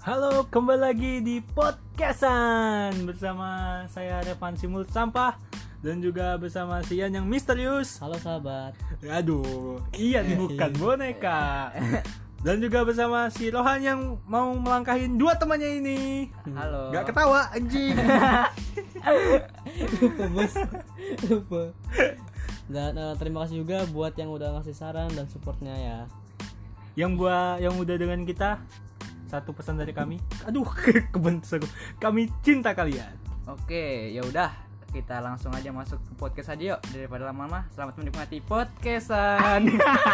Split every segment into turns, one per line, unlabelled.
Halo, kembali lagi di podcastan bersama saya Revan Simul Sampah dan juga bersama si Ian yang misterius.
Halo sahabat.
Aduh, Ian bukan boneka. Dan juga bersama si Rohan yang mau melangkahin dua temannya ini.
Halo.
Gak ketawa anjing.
Lupa bos. Lupa. Dan terima kasih juga buat yang udah ngasih saran dan supportnya ya.
Yang udah dengan kita, satu pesan dari kami. Aduh, kebentus aku. Kami cinta kalian.
Oke, ya udah kita langsung aja masuk ke podcast aja yuk. Daripada lama-lama, selamat menikmati podcastan.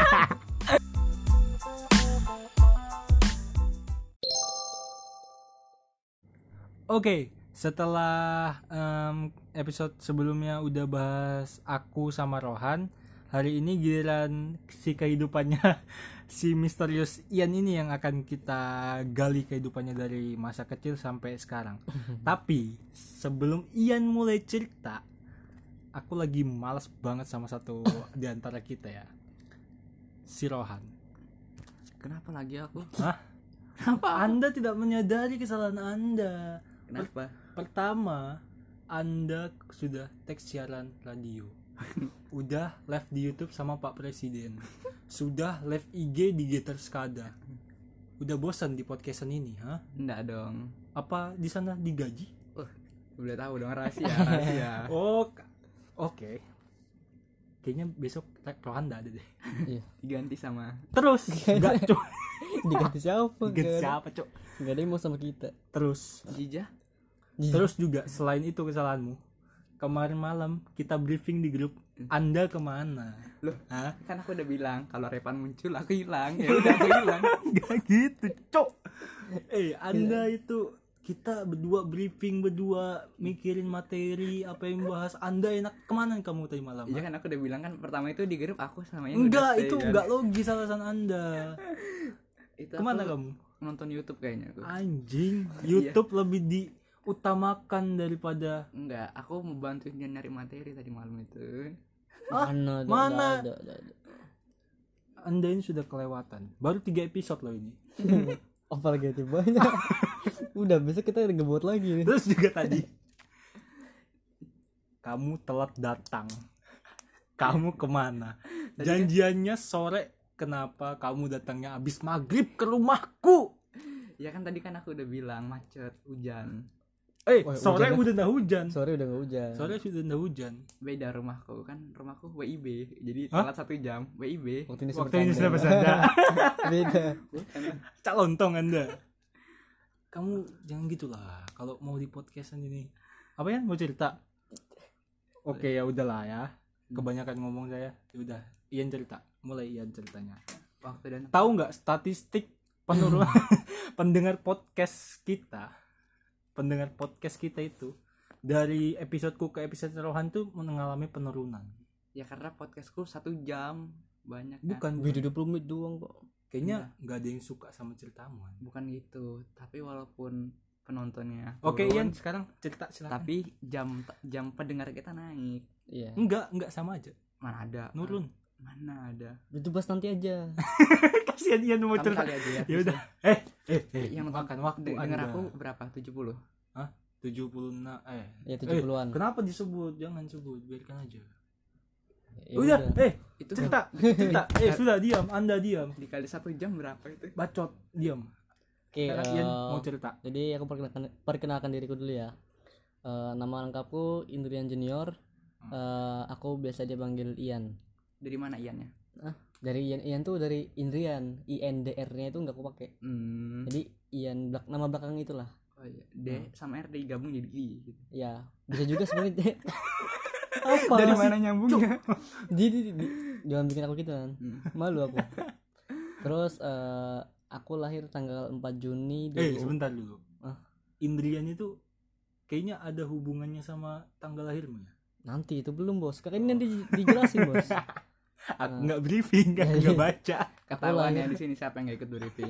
Oke, setelah episode sebelumnya udah bahas aku sama Rohan, hari ini giliran si kehidupannya si misterius Ian ini yang akan kita gali kehidupannya dari masa kecil sampai sekarang. Tapi sebelum Ian mulai cerita, aku lagi malas banget sama satu di antara kita ya, si Rohan.
Kenapa lagi aku?
Hah? Kenapa Anda tidak menyadari kesalahan Anda?
Kenapa?
Pertama, Anda sudah teks siaran radio. Udah live di YouTube sama Pak Presiden. Sudah live IG di Getter Skada. Udah bosan di podcastan ini, ha?
Enggak dong.
Apa di sana digaji?
Udah tahu dong rahasia.
Oh, oke. Kayaknya besok Rohan ada deh.
Iya.
Diganti sama
Terus, enggak, Cok.
Diganti siapa?
Diganti siapa, Cok?
Gak ada yang mau sama kita.
Terus
Jija.
juga selain itu kesalahanmu, kemarin malam kita briefing di grup, Anda kemana?
Loh,
Hah?
kan aku udah bilang kalau Repan muncul aku hilang. Ya udah aku hilang.
Gak gitu, Cok. Anda itu kita berdua briefing, berdua mikirin materi apa yang bahas. Anda enak kemana kamu tadi malam?
Iya kan aku udah bilang kan pertama itu di grup aku sama yang
Enggak,
udah stay,
itu
kan?
enggak logis alasan Anda.
Itu
Kemana
aku
kamu?
nonton YouTube kayaknya aku.
Anjing, YouTube lebih diutamakan daripada
Enggak, aku mau bantuin dia nyari materi tadi malam itu.
mana?
Ada.
Anda ini sudah kelewatan. Baru 3 episode loh ini.
Apalagi banyak. Udah besok kita ngebuat lagi nih.
Terus juga tadi kamu telat datang. Kamu kemana? Janjiannya sore. Kenapa kamu datangnya abis maghrib ke rumahku?
Ya kan tadi kan aku udah bilang macet, hujan.
Wah,
Sore
hujan.
udah nggak hujan.
Sore udah gak hujan.
Sore sudah nggak hujan.
Beda rumahku kan, rumahku WIB. Jadi
Hah?
telat 1 jam WIB.
Waktu ini
Waktu ini sudah bersanda.
Beda.
Cak lontong Anda. Kamu jangan gitulah. Kalau mau di podcastan ini, apa ya? Mau cerita? Oke, ya udahlah ya. Kebanyakan ngomong saya. Ya udah, Ian cerita. Mulai Ian ceritanya.
Waktu dan
Tahu nggak statistik penurunan pendengar podcast kita itu dari episodeku ke episode Rohan tuh mengalami penurunan.
ya karena podcastku 1 jam banyak kan?
Bukan,
Beda 20 menit doang kok.
kayaknya nggak ada yang suka sama ceritamu.
Bukan gitu. Tapi walaupun penontonnya
Oke,
turun,
Ian sekarang cerita silakan.
tapi jam pendengar kita naik.
Iya.
enggak sama aja.
Mana ada?
Nurun.
Mana ada?
Itu bahas nanti aja.
Kasihan Ian mau
Kami
cerita.
kali aja ya.
Ya udah.
Yang
makan waktu
dengar
Anda.
aku berapa? 70.
70
Ya 70-an.
Kenapa disebut? Jangan sebut, biarkan aja.
Ya
Udah,
Itu
cerita. Sudah diam, Anda diam.
dikali 1 jam berapa itu?
Bacot, diam.
Oke,
Sekarang Ian mau cerita.
jadi aku perkenalkan diriku dulu ya. Nama lengkapku Indrian Junior. Aku biasa dipanggil Ian.
Dari mana Iannya?
Dari Ian tuh dari Indrian, INDR-nya itu nggak aku pakai. Jadi Ian nama belakang itulah.
Oh iya, D sama R digabung jadi I gitu.
Ya, bisa juga sebenarnya. Apa?
Dari
sih?
mana nyambungnya?
Jangan bikin aku gitu kan. Malu aku. Terus aku lahir tanggal 4 Juni 2000.
Sebentar dulu.
Ah.
Indrian itu kayaknya ada hubungannya sama tanggal lahirmu ya?
Nanti itu belum, Bos. Karena ini nanti dijelasin, Bos.
Aku nggak briefing,
Iya.
nggak baca.
Ketahuan ya di sini siapa yang nggak ikut briefing.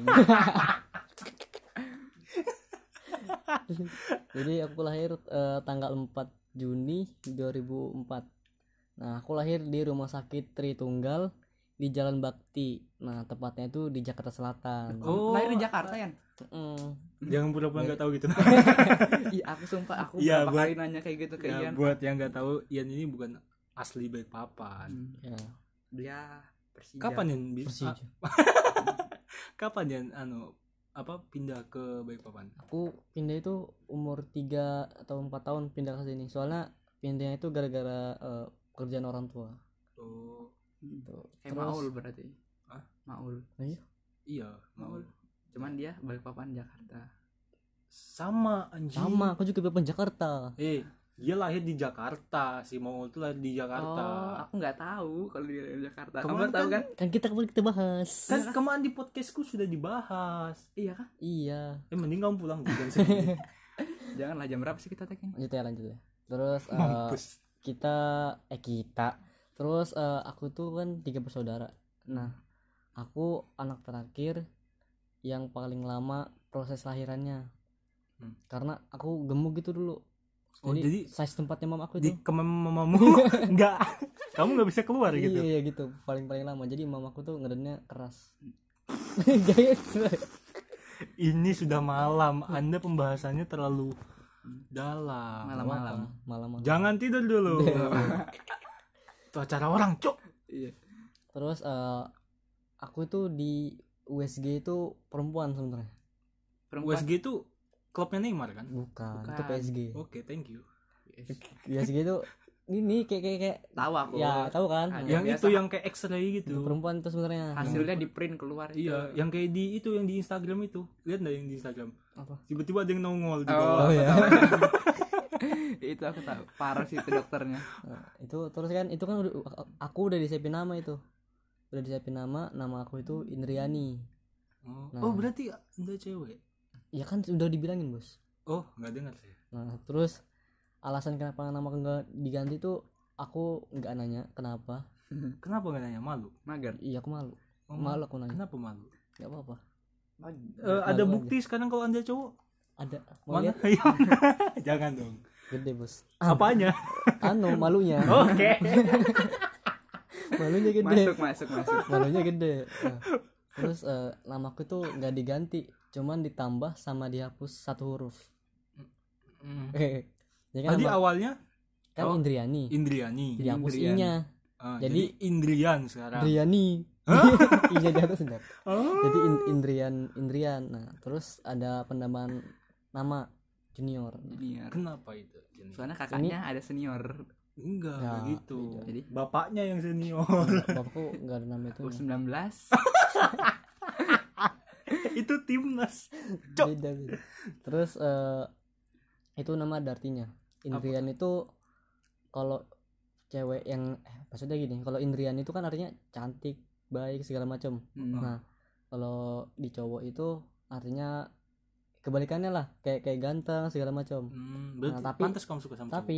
Jadi aku lahir tanggal 4 Juni 2004. Nah, aku lahir di Rumah Sakit Tritunggal di Jalan Bakti. Nah, tepatnya itu di Jakarta Selatan.
Oh,
Lahir di Jakarta ya?
Mm.
jangan pura-pura nggak tahu gitu.
Iya, aku sumpah aku
Iya,
berapa
buat-
kali nanya kayak gitu ke
Ya,
Ian.
buat yang nggak tahu, Ian ini bukan asli Balikpapan.
Ya,
Dia Persija.
Kapan Ian bisa?
Persija.
Kapan Ian pindah ke Balikpapan?
Aku pindah itu umur 3 atau 4 tahun pindah ke sini. Soalnya pindahnya itu gara-gara pekerjaan orang tua.
Oh,
Gitu.
Kayak Maul berarti.
Hah?
Maul.
Iya.
iya, mau.
Cuman dia Balikpapan Jakarta.
Sama anjing.
Sama, aku juga Balikpapan Jakarta.
Dia lahir di Jakarta. Si Maul tuh lahir di Jakarta.
Oh, aku nggak tahu kalau dia dari Jakarta.
Kemarin
Kamu tahu kan?
Kan kita bahas.
Kan kemarin di podcastku sudah dibahas.
Iya kan?
Iya.
Mending kamu pulang jangan sedih.
Janganlah, jam berapa sih kita tag ini?
Lanjut ya. Terus
Mampus.
kita terus aku tuh kan 3 bersaudara. Nah, aku anak terakhir yang paling lama proses lahirannya. Karena aku gemuk gitu dulu.
Oh, jadi
size tempatnya mama aku
Di
itu
mamamu enggak. Kamu nggak bisa keluar gitu.
iya gitu, paling lama. Jadi mamaku tuh ngedennya keras. Gitu.
Ini sudah malam. Anda pembahasannya terlalu dalam.
Malam-malam.
Malam.
Jangan tidur dulu. Itu acara orang, Cok.
Iya.
Terus aku tuh di USG itu perempuan sebenarnya.
Perempuan.
USG itu klubnya Neymar kan?
Bukan,
Bukan.
itu PSG.
Oke, thank you.
USG itu ini kayak
Tahu aku.
ya tahu kan.
Ah,
Nah,
Yang
biasa.
itu yang kayak X-ray
itu
gitu.
perempuan itu sebenarnya.
Hasilnya di print keluar.
Iya, yang kayak di itu yang di Instagram itu. Lihat enggak yang di Instagram?
Apa?
Tiba-tiba ada yang nongol di
Oh,
bawah.
ya.
Itu aku tahu. Parah sih itu dokternya.
Nah, itu terus kan itu kan aku udah disiapin nama itu. Udah disiapin nama aku itu Indriani.
Oh,
Nah.
oh, berarti Anda cewek.
Ya kan udah dibilangin, Bos.
Oh, enggak dengar saya.
Nah, terus alasan kenapa nama aku nggak diganti tuh aku nggak nanya kenapa.
Kenapa enggak nanya? Malu.
Mager.
Iya, aku malu.
Oh,
Malu aku nanya.
Kenapa malu?
Nggak apa-apa.
Ada
Malu
bukti sekarang kalau Anda cowok?
Ada. Mau
Mana?
lihat?
Jangan dong.
Gede, Bos.
Apanya?
Anu malunya.
Oke.
Malunya gede.
Masuk.
Malunya gede. Nah, terus namaku tuh nggak diganti, cuman ditambah sama dihapus 1 huruf. Jadi kan
Tadi
nama-
awalnya
kan
oh,
Indriani.
Indriani.
Dihapus
Indriani.
i-nya.
Jadi Indrian sekarang.
Indriani. I-nya di atas enggak.
Oh.
Jadi Indrian. Nah, terus ada penambahan nama junior.
Junior.
Kenapa itu? Jadi,
Soalnya kakaknya ada senior.
enggak
Ya,
begitu.
beda.
Jadi
Bapaknya yang senior.
Bapakku enggak ada nama itu.
U19.
Itu timnas.
Beda. Terus itu nama ada artinya. Indrian itu kalau cewek yang maksudnya gini, kalau Indrian itu kan artinya cantik, baik segala macam. Nah, kalau di cowok itu artinya kebalikannya lah, kayak ganteng segala macam.
Berarti
Nah,
pantas kamu suka sama cowok.
Tapi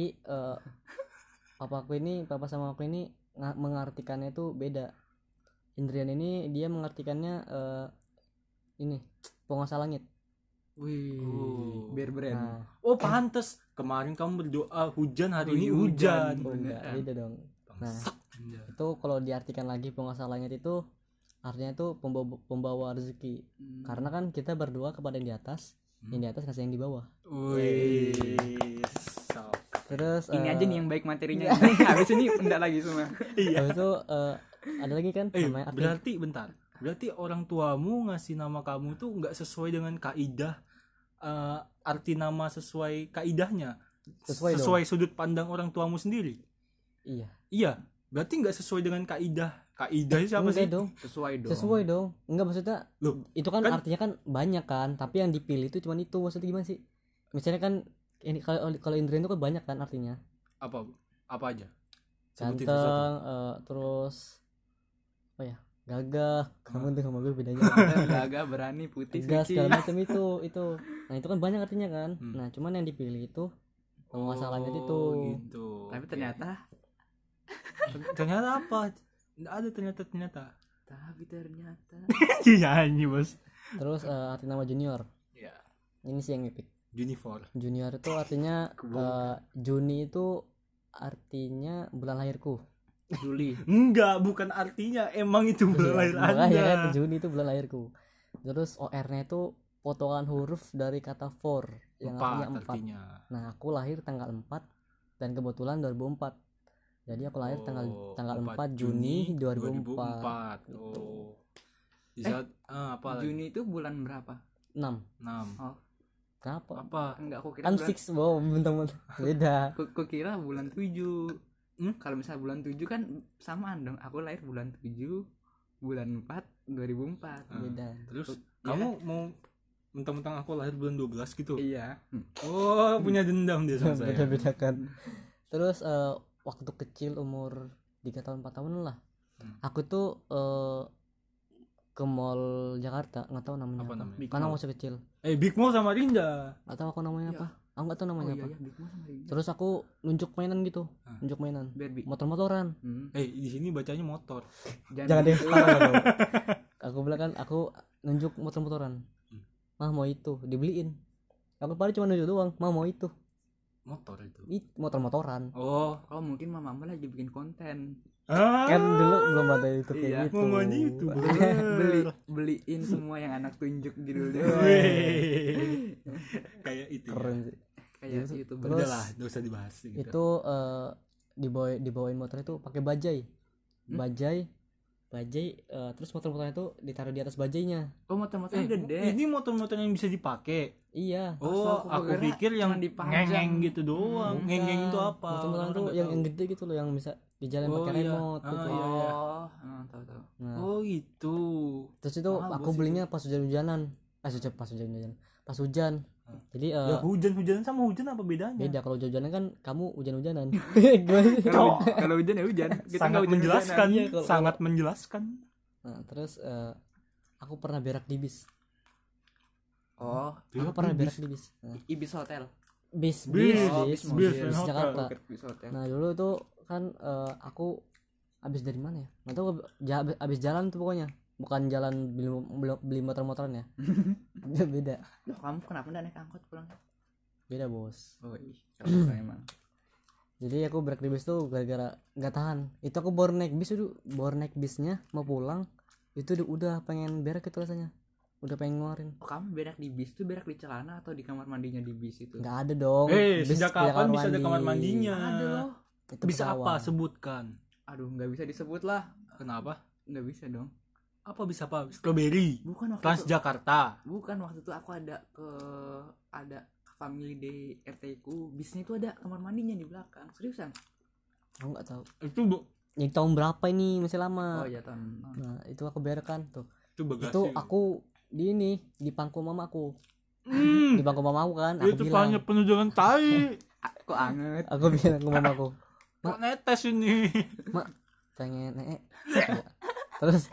papa sama aku ini mengartikannya itu beda. Indrian ini dia mengartikannya ini penguasa langit.
Wih,
Oh.
biar brand.
Nah,
Oh, pantas. Kemarin kamu berdoa hujan, hari ini hujan.
oh enggak, beda dong. Nah,
Bangsat. Anda.
itu kalau diartikan lagi penguasa langit itu artinya itu pembawa rezeki. Karena kan kita berdoa kepada yang di atas, yang di atas kasih yang di bawah.
Wih. Sok.
Terus
Ini aja nih yang baik materinya. Habis ini enggak lagi semua.
Iya.
habis itu ada lagi kan namanya arti
Berarti bentar. Berarti orang tuamu ngasih nama kamu tuh nggak sesuai dengan kaidah, arti nama sesuai kaidahnya,
Sesuai
sudut pandang orang tuamu sendiri.
iya.
Iya, berarti nggak sesuai dengan kaidah. Kaidah siapa
Enggak
sih?
dong.
Sesuai dong.
Dong. Enggak maksudnya
Loh,
itu kan,
kan-
artinya kan banyak kan, tapi yang dipilih itu cuma itu. Maksudnya gimana sih? Misalnya kan ini kalau Indrian itu kan banyak kan artinya.
Apa aja? Sebutin
Ganteng,
sesuatu.
terus apa ya? Gagah. Kamu tuh sama gue bedanya.
Gagah, berani, putih,
Tegas
suci.
segala macam itu. Nah, itu kan banyak artinya kan.
Hmm.
Nah, cuman yang dipilih itu penguasa langit itu.
Oh, gitu.
Tapi
Oke.
ternyata
ternyata apa? Nggak ada ternyata. Nyanyi bos.
Terus arti nama junior.
Ya.
Ini sih yang epic.
Junifor.
Junior itu artinya
Kebongkar.
Juni itu artinya bulan lahirku.
Juli.
Enggak, bukan artinya, emang itu bulan lahir
Makanya kan
Anda.
Juni itu bulan lahirku. Terus OR-nya itu potongan huruf dari kata for yang artinya 4.
Artinya.
Nah, aku lahir tanggal 4 dan kebetulan 2004. Jadi aku lahir tanggal 4 Juni 2004.
Oh. Di saat apa lagi?
Juni itu bulan berapa?
6.
6.
Oh,
Kenapa?
Apa?
enggak, aku kira
Kan
bulan
6, wow, bentar-bentar. Beda.
Aku kira bulan 7. Kalau misalnya bulan 7 kan samaan dong. Aku lahir bulan 7 bulan 4 2004.
Beda.
Terus
Ya.
kamu mau mentang-mentang aku lahir bulan 12 gitu.
Iya.
Oh, punya dendam dia sama saya.
Beda-beda kan. Terus waktu kecil umur 3 tahun 4 tahun lah. Aku tuh ke mall Jakarta, nggak tahu namanya
Apa
apa.
namanya?
Big
Karena
Mall.
aku masih kecil.
Big Mall sama Rinda.
Nggak tahu aku namanya
Iya.
apa. Aku nggak tahu namanya
Oh iya
apa.
ya, Big Mall sama Rinda.
Terus aku nunjuk mainan gitu.
Ah.
Nunjuk mainan.
Barbie.
Motor-motoran.
Di sini bacanya motor.
Jangan deh.
gitu.
Aku bilang kan aku nunjuk motor-motoran. Mah mau itu, dibeliin. Aku paling cuma nunjuk doang, mah mau itu.
Motor itu.
Motor-motoran.
Oh.
Oh, mungkin mama lagi bikin konten.
Kan dulu belum ada itu kayak
Iya.
gitu.
Mamanya YouTuber.
Beliin semua yang anak tunjuk judulnya.
Kayak itu.
Keren sih.
Kayak itu.
Terus-
Udah lah, enggak usah dibahas gitu.
Itu dibawain motor itu pakai bajai. Bajai terus motor-motornya itu ditaruh di atas bajainya.
Oh, motor-motornya gede.
Ini motor-motor yang bisa dipakai.
Iya.
Oh,
aku
aku
kira
pikir yang
cuma dipajang.
ngeng gitu doang. Ngeng itu apa?
Motor-motor itu
Orang
yang
nggak
gede gitu loh, yang bisa dijalan
Oh,
pakai
iya.
remote
Ah,
gitu.
iya.
Oh, tahu.
Nah,
tahu. Oh, gitu.
terus itu
Ah,
aku
bos
belinya pas hujan-hujanan. Pas hujan. Jadi
Ya hujan-hujanan sama hujan apa bedanya?
beda, kalau hujan-hujanan kan kamu hujan-hujanan. Gimana sih?
Kalau hujan ya hujan. Kita
Sangat
nggak
menjelaskan.
Iya, kalau-
Sangat menjelaskan.
Nah, terus aku pernah berak di bis.
Oh,
Aku pernah berak di bis. Nah,
Ibis Hotel.
bis
Bis
bis
Jakarta.
Ibis Hotel.
Nah, dulu tuh kan aku habis dari mana ya? Nggak tahu, habis jalan tuh pokoknya. Bukan jalan beli motor-motoran ya. Beda.
Loh, kamu kenapa nggak naik angkot pulang?
Beda, Bos.
Oh iya, kalau emang.
Jadi aku berak di bis tuh gara-gara nggak tahan. Itu aku baru naik bisnya mau pulang. Itu udah pengen berak itu rasanya. Udah pengen ngeluarin.
Oh, kamu berak di bis tuh berak di celana atau di kamar mandinya di bis itu?
Nggak ada dong. Bis
Sejak
punya
kapan bisa ada kamar
mandi.
mandinya?
Ada loh.
Itu
Bisa
pesawat.
apa? Sebutkan.
Aduh, nggak bisa disebut lah.
Kenapa?
Nggak bisa dong.
Apa bisa apa? Strawberry.
Bukan waktu itu.
Transjakarta.
Bukan waktu itu aku ada family day RT ku, bisnya itu ada kamar mandinya di belakang. Seriusan?
Aku nggak tahu.
Itu
Ini tahun berapa ini, masih lama.
Oh iya tahun.
Nah, itu aku berak kan tuh.
itu bagasi.
Itu aku di pangku mamaku.
Hmm,
Di pangku mamaku kan. Aku
itu
bilang.
banyak penuh dengan tai.
Kok anget?
Aku bilang ke mamaku,
Kok netes ini?
"Mak, pengen Terus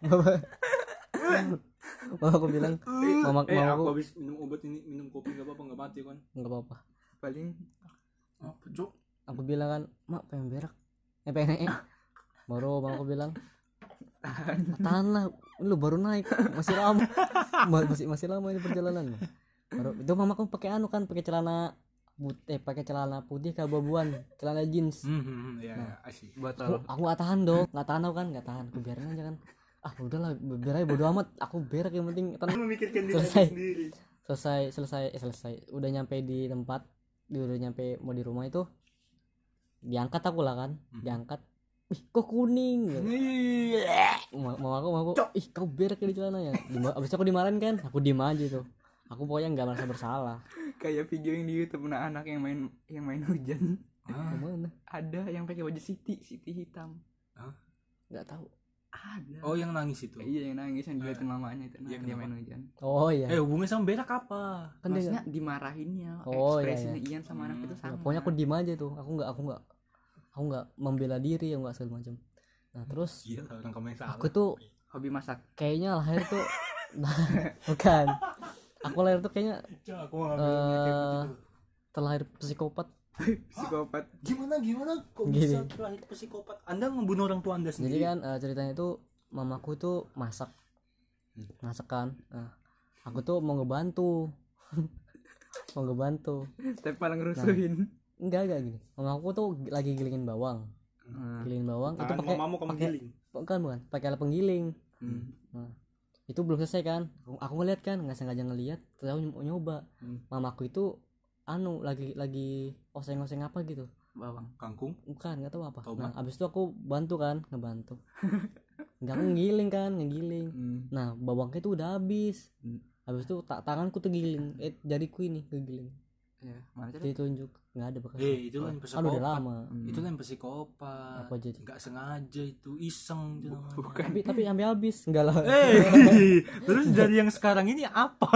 mamaku bilang, mamaku
aku habis minum obat ini, minum kopi enggak apa-apa, enggak mati kan.
nggak apa-apa.
Paling
Apa, Jok?
Aku bilang kan, "Mak, pengen berak." Pengen baru mamaku bilang, tahan lah, lu baru naik, masih lama. masih lama ini perjalanan. Baru itu mamaku pakai pakai celana putih keabu-abuan, celana jeans.
Ya, asyik.
botol.
Aku nggak tahan dong, nggak tahan, aku biarin aja kan. Udahlah, berak bodo amat, aku berak yang penting
Memikirkan diri
Selesai.
sendiri.
selesai udah nyampe di tempat, udah nyampe mau di rumah itu, diangkat aku lah kan, diangkat, ih kok kuning gitu. mau aku ih kau berak di celananya. Abis itu aku dimarahin kan, aku diem aja tuh, aku pokoknya nggak merasa bersalah.
Kayak video yang di YouTube anak yang main hujan.
Kemana?
Ada yang pakai baju Siti hitam.
Nggak tahu.
Ada.
Oh, yang nangis itu.
Iya, yang nangis yang dilihatin mamanya itu. Nah,
Iya,
dia
kenapa?
main hujan.
Oh iya.
Hubungannya sama berak apa?
Kan dia
Maksudnya dimarahinnya,
Oh, iya,
ekspresinya Ian sama anak itu
ya,
sama.
pokoknya aku diem aja tuh, aku nggak membela diri, aku nggak segala macam. Nah terus
Iya, orang kamu yang salah.
aku tuh
hobi masak.
kayaknya lahir tuh bukan, aku lahir tuh kayaknya
Aku nggak boleh kayak begitu.
terlahir psikopat.
Psikopat.
Gimana kok
Gini.
bisa terlahir psikopat? Anda membunuh orang tua Anda
Jadi
sendiri.
kan ceritanya itu mamaku tuh masak kan. Nah, aku tuh mau ngebantu
Tapi malah ngerusuhin.
enggak gini, mamaku tuh lagi gilingin bawang. giling bawang itu
Tangan
pakai
mamamu kamu giling.
bukan pakai alat penggiling.
Hmm.
Nah, itu belum selesai kan, aku ngeliat kan, nggak sengaja ngeliat, terus aku nyoba. Mamaku itu lagi oseng-oseng apa gitu,
Bawang.
Kangkung.
bukan, nggak tahu apa.
Tomat.
Nah abis itu aku ngebantu nggak, aku ngegiling. Nah bawangnya itu udah habis. Habis itu tanganku tuh giling, jariku ini kegiling,
Ya, mana
jadi tunjuk nggak ada bekas.
Itu lain
Kan
psikopat.
udah lama.
Itu lain psikopat.
Apa jadi?
Nggak sengaja itu, iseng itu namanya.
Bukan.
Tapi sampai habis enggak lah.
Terus dari yang sekarang ini apa?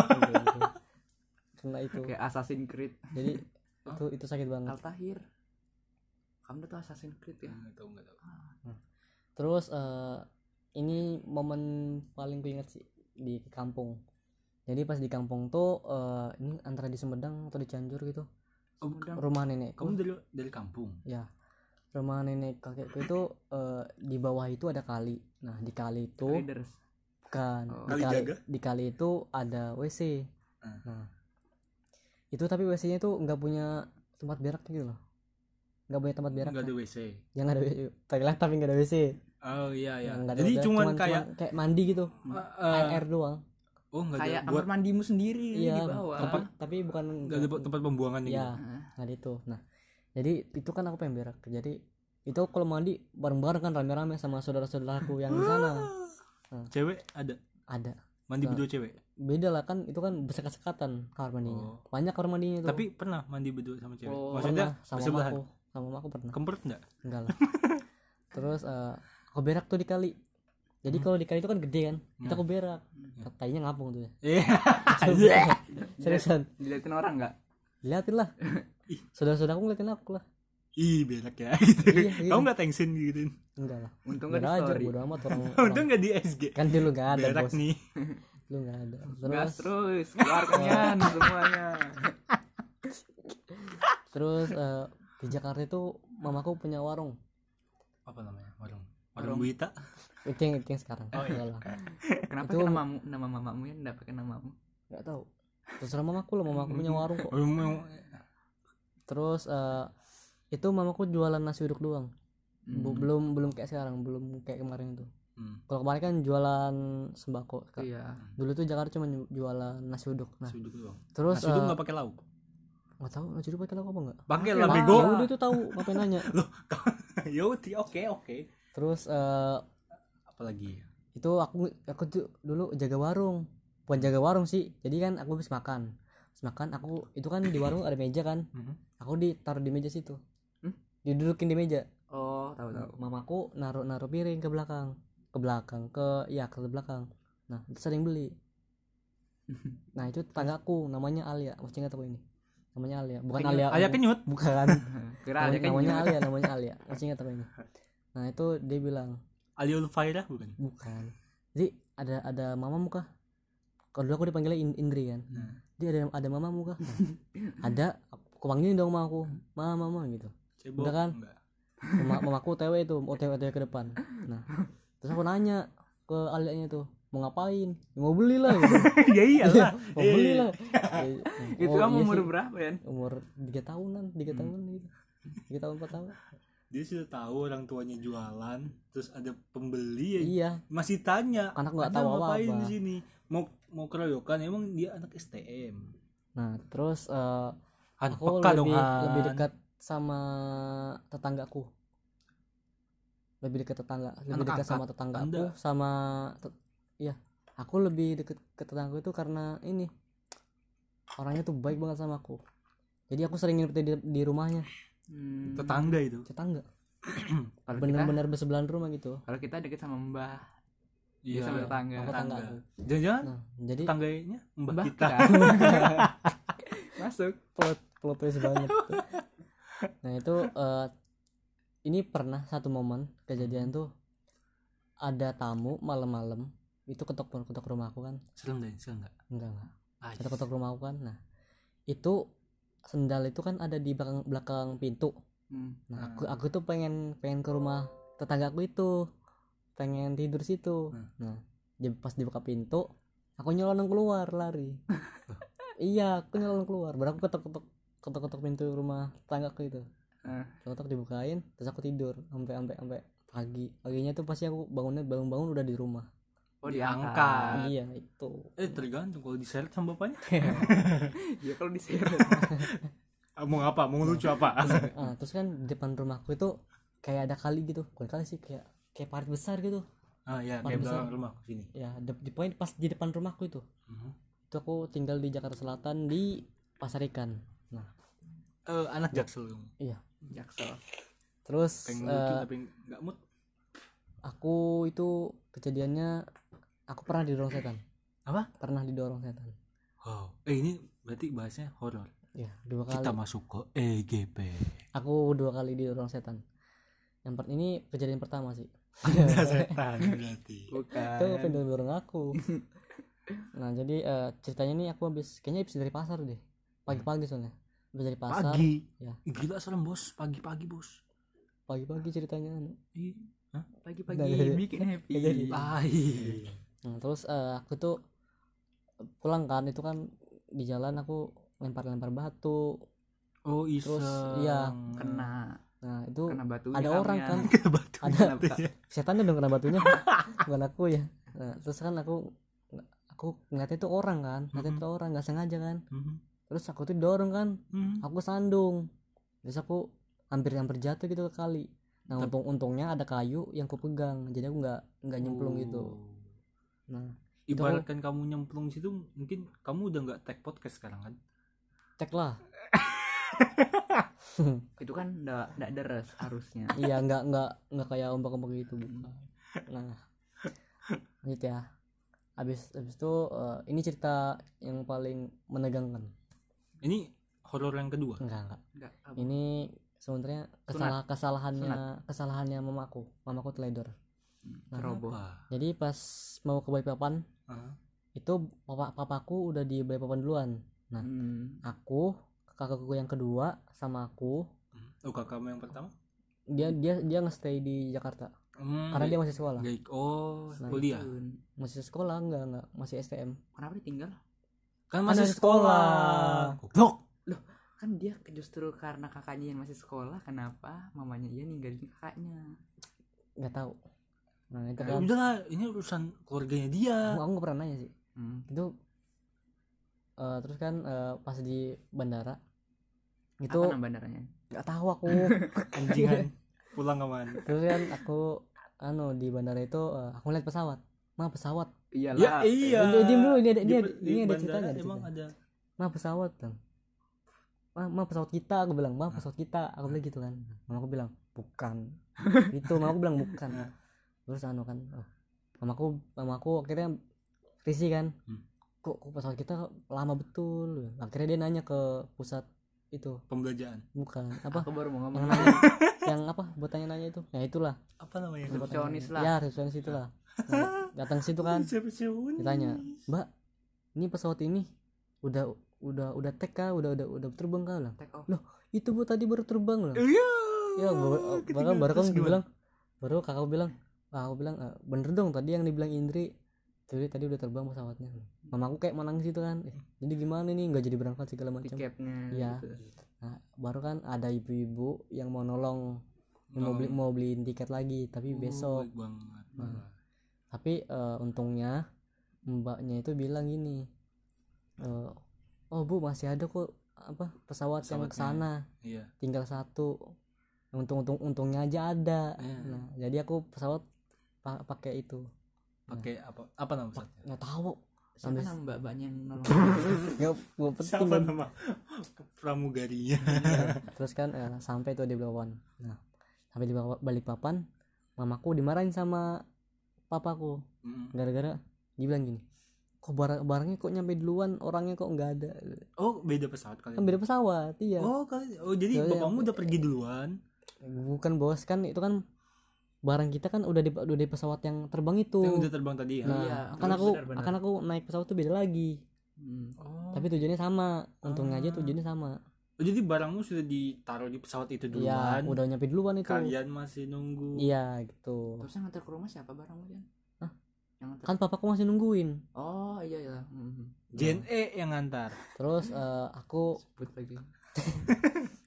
Kena itu.
Kayak Assassin's Creed.
Jadi itu sakit banget.
Altahir. Kamu udah tahu Assassin's Creed ya?
Nggak tahu.
Terus ini momen paling ku ingat sih di kampung. Jadi pas di kampung tuh ini antara di Sumedang atau di Cianjur gitu. Rumah nenekku.
Kamu dari kampung.
Ya. Rumah nenek kakekku itu di bawah itu ada kali. Nah, di kali itu
Raiders.
bukan.
Kali jaga?
Di kali itu ada WC. Nah. Itu tapi WC-nya tuh enggak punya tempat berak gitu loh. Enggak punya tempat berak.
Nggak ada WC.
Yang ada toilet tapi enggak ada WC.
Oh iya.
Nggak ada
Jadi
berak,
cuman kayak
mandi gitu. Air doang.
oh nggak ada
Kayak
buat
kamar mandimu sendiri
Iya,
di bawah.
tapi bukan
nggak ada tempat pembuangan gitu.
ya nggak ada itu. Nah jadi itu kan aku pengen berak, jadi itu kalau mandi bareng-bareng kan rame-rame sama saudara-saudaraku yang di sana.
Cewek ada mandi
Nah.
berdua cewek.
Beda lah kan, itu kan bersekat-sekatan kamar mandinya. Banyak kamar mandinya itu.
Tapi pernah mandi berdua sama cewek.
Oh,
Maksudnya
pernah, sama
bersebelahan.
mamaku pernah.
Kempert enggak?
Enggak lah. Terus aku berak tuh di kali. Jadi kalau di kali itu kan gede kan, itu aku berak. Tainya ngapung tuh ya.
Iya.
Seriusan.
Diliatin orang nggak?
Liatin lah. Saudara-saudaraku ngeliatin aku lah.
Ih, berak ya gitu.
Iya.
Kamu enggak tensin gitu.
Enggak lah.
Untung nggak di
Berak aja,
story.
bodo amat orang.
Untung enggak di SG.
Kan dulu nggak ada
Berak
bos.
nih.
Dulu nggak ada.
Gas
Terus
terus, keluarkan Yan semuanya.
terus di Jakarta itu mamaku punya warung.
Apa namanya? Warung Buita.
Itu yang sekarang.
Oh, iya.
Enggak lah.
Kenapa
Itu-
pakai nama mamamu ya, enggak pakai namamu?
Nggak tahu. Terserah mamaku lah, mamaku punya warung kok. Terus itu mamaku jualan nasi uduk doang. Belum kayak sekarang, belum kayak kemarin itu. Kalau kemarin kan jualan sembako.
Iya.
Dulu tuh Jakarta cuma jualan nasi uduk. Nah,
Nasi uduk doang.
terus
Nasi uduk enggak pakai lauk.
nggak tahu nasi uduk pakai lauk apa enggak?
Pakai
Pakai
lah
lah.
bego.
Ya udah itu tahu, ngapain nanya.
Ya udah, oke.
Terus
Apalagi?
itu aku tuh dulu jaga warung, bukan jaga warung sih, jadi kan aku habis makan aku itu kan di warung ada meja kan, aku ditaruh di meja situ, didudukin di meja.
Oh, tahu.
Mamaku naruh piring ke belakang ke belakang. Nah itu sering beli. Nah itu tetanggaku namanya Alia, masih ingat aku ini namanya Alia, bukan
Kenyut.
Alia
Ayah kenyut.
bukan.
Kira aja kan.
namanya Alia, masih ingat aku ini. Nah itu dia bilang
Aliul Fairah bukan?
bukan. Jadi ada mamamu kah? Kalau dulu aku dipanggilnya Indri kan. Dia ada mamamu kah? Ada. Aku panggilin dong mamaku. Mama gitu.
Cebok.
Udah kan?
Enggak.
Mamaku TW itu, OTW ke depan. Nah, terus aku nanya ke aliannya tuh, mau ngapain? Mau beli lah gitu.
Ya iyalah.
Mau beli lah.
Itu
Oh,
kamu
iya
umur
sih.
berapa ya?
Umur 3 tahunan gitu. 3 tahun 4 tahun.
Dia sudah tahu orang tuanya jualan, terus ada pembeli ya.
Iya.
Masih tanya.
Anak nggak
"Anda
tahu
ngapain
apa-apa."
di sini? Mau keroyokan, emang dia anak STM.
Nah, terus
Han,
aku
peka dong,
lebih
Han.
dekat sama tetanggaku. Lebih dekat
Anak
dekat sama
angkat
tetanggaku
Anda.
sama iya, aku lebih dekat ke tetanggaku itu karena ini orangnya tuh baik banget sama aku. Jadi aku sering nginep di rumahnya,
Tetangga itu.
tetangga.
Kalau kita,
Bener-bener bersebelahan rumah gitu.
kalau kita deket sama Mbah.
Iya.
sama tetangga.
Aku tetanggaku.
Jangan-jangan
Nah, jadi
tetangganya mbah
Mbah
kita.
Masuk.
plot twist banget tuh. Nah itu ini pernah satu momen kejadian tuh, ada tamu malam-malam itu ketok rumahku kan.
Serem enggak?
Enggak
Ah,
ketok rumahku kan. Nah itu sendal itu kan ada di belakang pintu. Nah aku tuh pengen ke rumah tetanggaku itu, pengen tidur situ. Nah pas dibuka pintu aku nyelonong keluar lari. Iya aku nyelonong keluar, baru aku ketok pintu rumah tetanggaku itu. Tok dibukain, terus aku tidur sampai paginya tuh pasti aku bangun udah di rumah.
Oh
Diangkat.
Iya itu.
Tergantung kalau diseret sama bapaknya.
Ya kalau diseret.
Mau apa? Mau lucu apa?
Terus kan di depan rumahku itu kayak ada kali gitu, bukan kali sih, kayak parit besar gitu.
Ya,
Parit
kayak
besar.
belakang rumahku sini.
Ya di poin pas di depan rumahku itu. Itu aku tinggal di Jakarta Selatan di Pasar Ikan. Nah,
Anak Jaksel kamu.
iya.
Jaksel.
Terus
Pengen lucu tapi nggak mood.
aku itu kejadiannya aku pernah didorong setan.
Apa?
Pernah didorong setan.
Wow. Ini berarti bahasnya horor.
Ya, 2 kali.
Kita masuk ke EGP.
Aku 2 kali didorong setan. Ini kejadian pertama sih.
Setan berarti.
Bukan.
Itu pengen dorong aku. Nah, jadi ceritanya nih aku kayaknya habis dari pasar deh. Pagi-pagi soalnya. Habis dari pasar.
Pagi.
Ya.
Gila serem bos. Pagi-pagi bos.
Pagi-pagi ceritanya.
Pagi-pagi
Nggak jadi.
bikin happy.
Nggak jadi. Nah, terus aku tuh pulang kan, itu kan di jalan aku lempar-lempar batu.
Oh iseng.
Terus iya.
Kena
Itu
batunya.
ada orang kan.
Batu.
Ada setannya dong kena batunya. Bukan aku ya. Nah, terus kan aku ngeliatnya itu orang kan, nggak sengaja kan. Terus aku tuh dorong kan, aku sandung, terus aku hampir jatuh gitu ke kali. Nah, untungnya ada kayu yang ku pegang, jadi aku nggak nyemplung gitu. Nah,
Ibaratkan kamu nyemplung situ, mungkin kamu udah nggak tag podcast sekarang kan?
cek lah.
Itu kan enggak deres harusnya.
Iya, nggak kayak ombak-ombak gitu, bukan. Nah, gitu ya. Habis itu ini cerita yang paling menegangkan.
Ini horor yang kedua.
Enggak.
Enggak.
Ini sebenarnya kesalahannya mamaku teledor.
Ceroboh.
Jadi pas mau ke Balikpapan, itu papaku udah di Balikpapan duluan. Nah, aku, kakakku yang kedua sama aku.
Kakakmu yang pertama?
Dia nge-stay di Jakarta. Karena dia masih sekolah.
Kuliah.
Masih sekolah enggak, masih STM.
Kenapa ditinggal?
Kan masih sekolah. Goblok.
Loh, kan dia justru karena kakaknya yang masih sekolah, kenapa mamanya dia ninggalin kakaknya?
Enggak tahu. Nah, itu kan.
Udahlah, ini urusan keluarganya dia.
Aku enggak pernah nanya sih. Itu terus kan pas di bandara itu
apa nama bandaranya?
Enggak tahu aku.
Anjingan. Pulang kemana?
Terus kan aku di bandara itu aku lihat pesawat. Pesawat.
Iyalah.
Iya.
Diam dulu, ini ada
bandara
ceritanya.
Emang ada.
Pesawat kan. Pesawat kita, aku bilang. Pesawat kita. Aku bilang gitu kan. Mama aku bilang, "Bukan." Itu mama aku bilang bukan. Terus kan. Mamaku akhirnya risih kan. Kok pesawat kita lama betul. Akhirnya dia nanya ke pusat itu
Pembelajaran.
bukan apa
Aku baru mau ngomong.
yang nanya yang apa buat tanya itu ya itulah
Apa namanya?
Resepsionis lah.
ya resepsionis itulah. Nah, datang situ kan ditanya, "Mbak, ini pesawat ini udah take kah, udah terbang kah?" Lah,
Take off.
"Loh, itu Bu tadi baru terbang loh."
Iya.
Ya baru kan bilang, baru kakak bilang, aku bilang, "Bener dong tadi yang dibilang Indri tadi udah terbang pesawatnya." Mamaku kayak mau nangis itu kan, jadi gimana nih, nggak jadi berangkat segala macam.
Tiketnya.
Iya.
Gitu.
Nah, baru kan ada ibu-ibu yang mau nolong, yang mau beliin tiket lagi tapi besok.
Baik banget.
Nah, tapi untungnya mbaknya itu bilang gini, "Oh Bu, masih ada kok pesawat yang kesana,
Iya.
tinggal 1. Untungnya aja ada." Nah, jadi aku pesawat pakai itu.
Pakai apa nama pesawatnya?
Nggak tahu.
Siapa nama mbak-mbaknya yang nolong?
Nggak penting
Siapa
kan.
nama pramugarinya?
Terus kan sampai tuh di Balikpapan. Nah, sampai di Balikpapan, mamaku dimarahin sama papaku. Gara-gara dia bilang gini, "Kok barangnya kok nyampe duluan, orangnya kok nggak ada."
Oh, beda pesawat kalian.
Kan beda pesawat, iya.
Jadi bapakmu udah pergi duluan.
Bukan bos, kan itu kan barang kita kan udah di pesawat yang terbang itu.
Yang udah terbang tadi ya.
Nah,
Iya,
akan aku naik pesawat tuh beda lagi. Tapi tujuannya sama. Untungnya aja tujuannya sama.
Jadi barangmu sudah ditaruh di pesawat itu
Iya,
duluan.
udah nyampe duluan itu.
Kalian masih nunggu.
Iya, gitu.
Terus yang nganter ke rumah siapa barangmu, Jan?
Hah?
Yang nganter.
Kan papaku masih nungguin.
Oh, iya.
JNE yang ngantar.
Terus aku
Sebut lagi.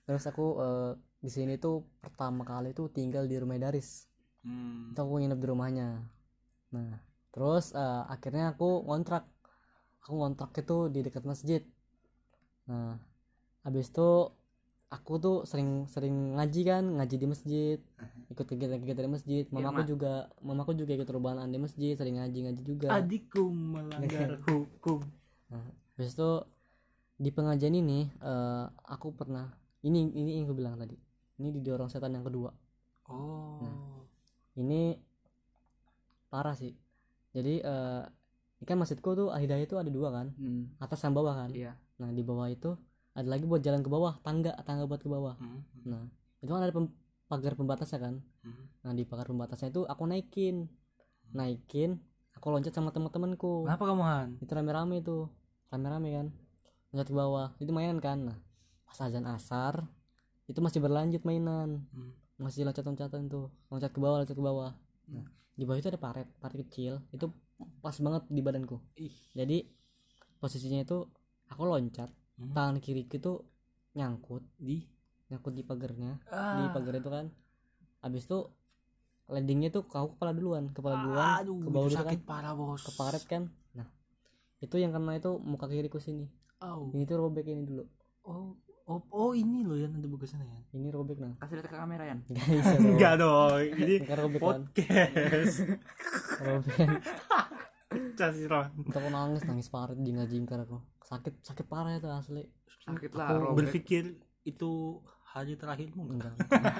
Terus aku di sini tuh pertama kali tuh tinggal di rumah Daris. Itu aku nginep di rumahnya. Nah terus akhirnya aku ngontrak itu di dekat masjid. Nah habis itu aku tuh sering ngaji di masjid, ikut kegiatan di masjid. Mamaku juga ikut rebahan di masjid, sering ngaji juga.
Adikku melanggar hukum.
Nah habis itu di pengajian ini aku pernah ini yang aku bilang tadi, ini didorong setan yang kedua. Nah, ini parah sih. Jadi ikan masjidku tuh hidayah itu ada 2 kan, atas sama bawah kan.
Iya.
Nah di bawah itu ada lagi buat jalan ke bawah, tangga buat ke bawah. Nah itu kan ada pagar pembatasnya kan. Nah di pagar pembatasnya itu aku naikin, aku loncat sama teman-temanku.
Kenapa kamu Han?
Itu rame-rame kan, loncat ke bawah, itu mainan kan. Nah pas azan asar itu masih berlanjut mainan, masih loncat-loncatan tuh, loncat ke bawah. Nah di bawah itu ada paret kecil, itu pas banget di badanku. Jadi posisinya itu aku loncat, tangan kiriku itu nyangkut di pagarnya, di pagar itu kan. Habis itu landingnya tuh kepala duluan ke bawah dulu
sakit
kan,
parah bos,
ke paret kan. Nah itu yang kena itu muka kiriku sini. Ini tuh robek ini dulu.
Ini loh yang ada bagusnya ya.
Ini robek nah.
Kasih lihat ke kamera ya.
Gak bisa dong.
Enggak dong, ini
Bukan robek kan.
podcast.
Robek.
Kasih Ron.
Itu aku nangis parah, jingkar aku. Sakit parah itu asli.
Sakit lah.
Aku
robek.
Berpikir itu hari terakhirmu enggak?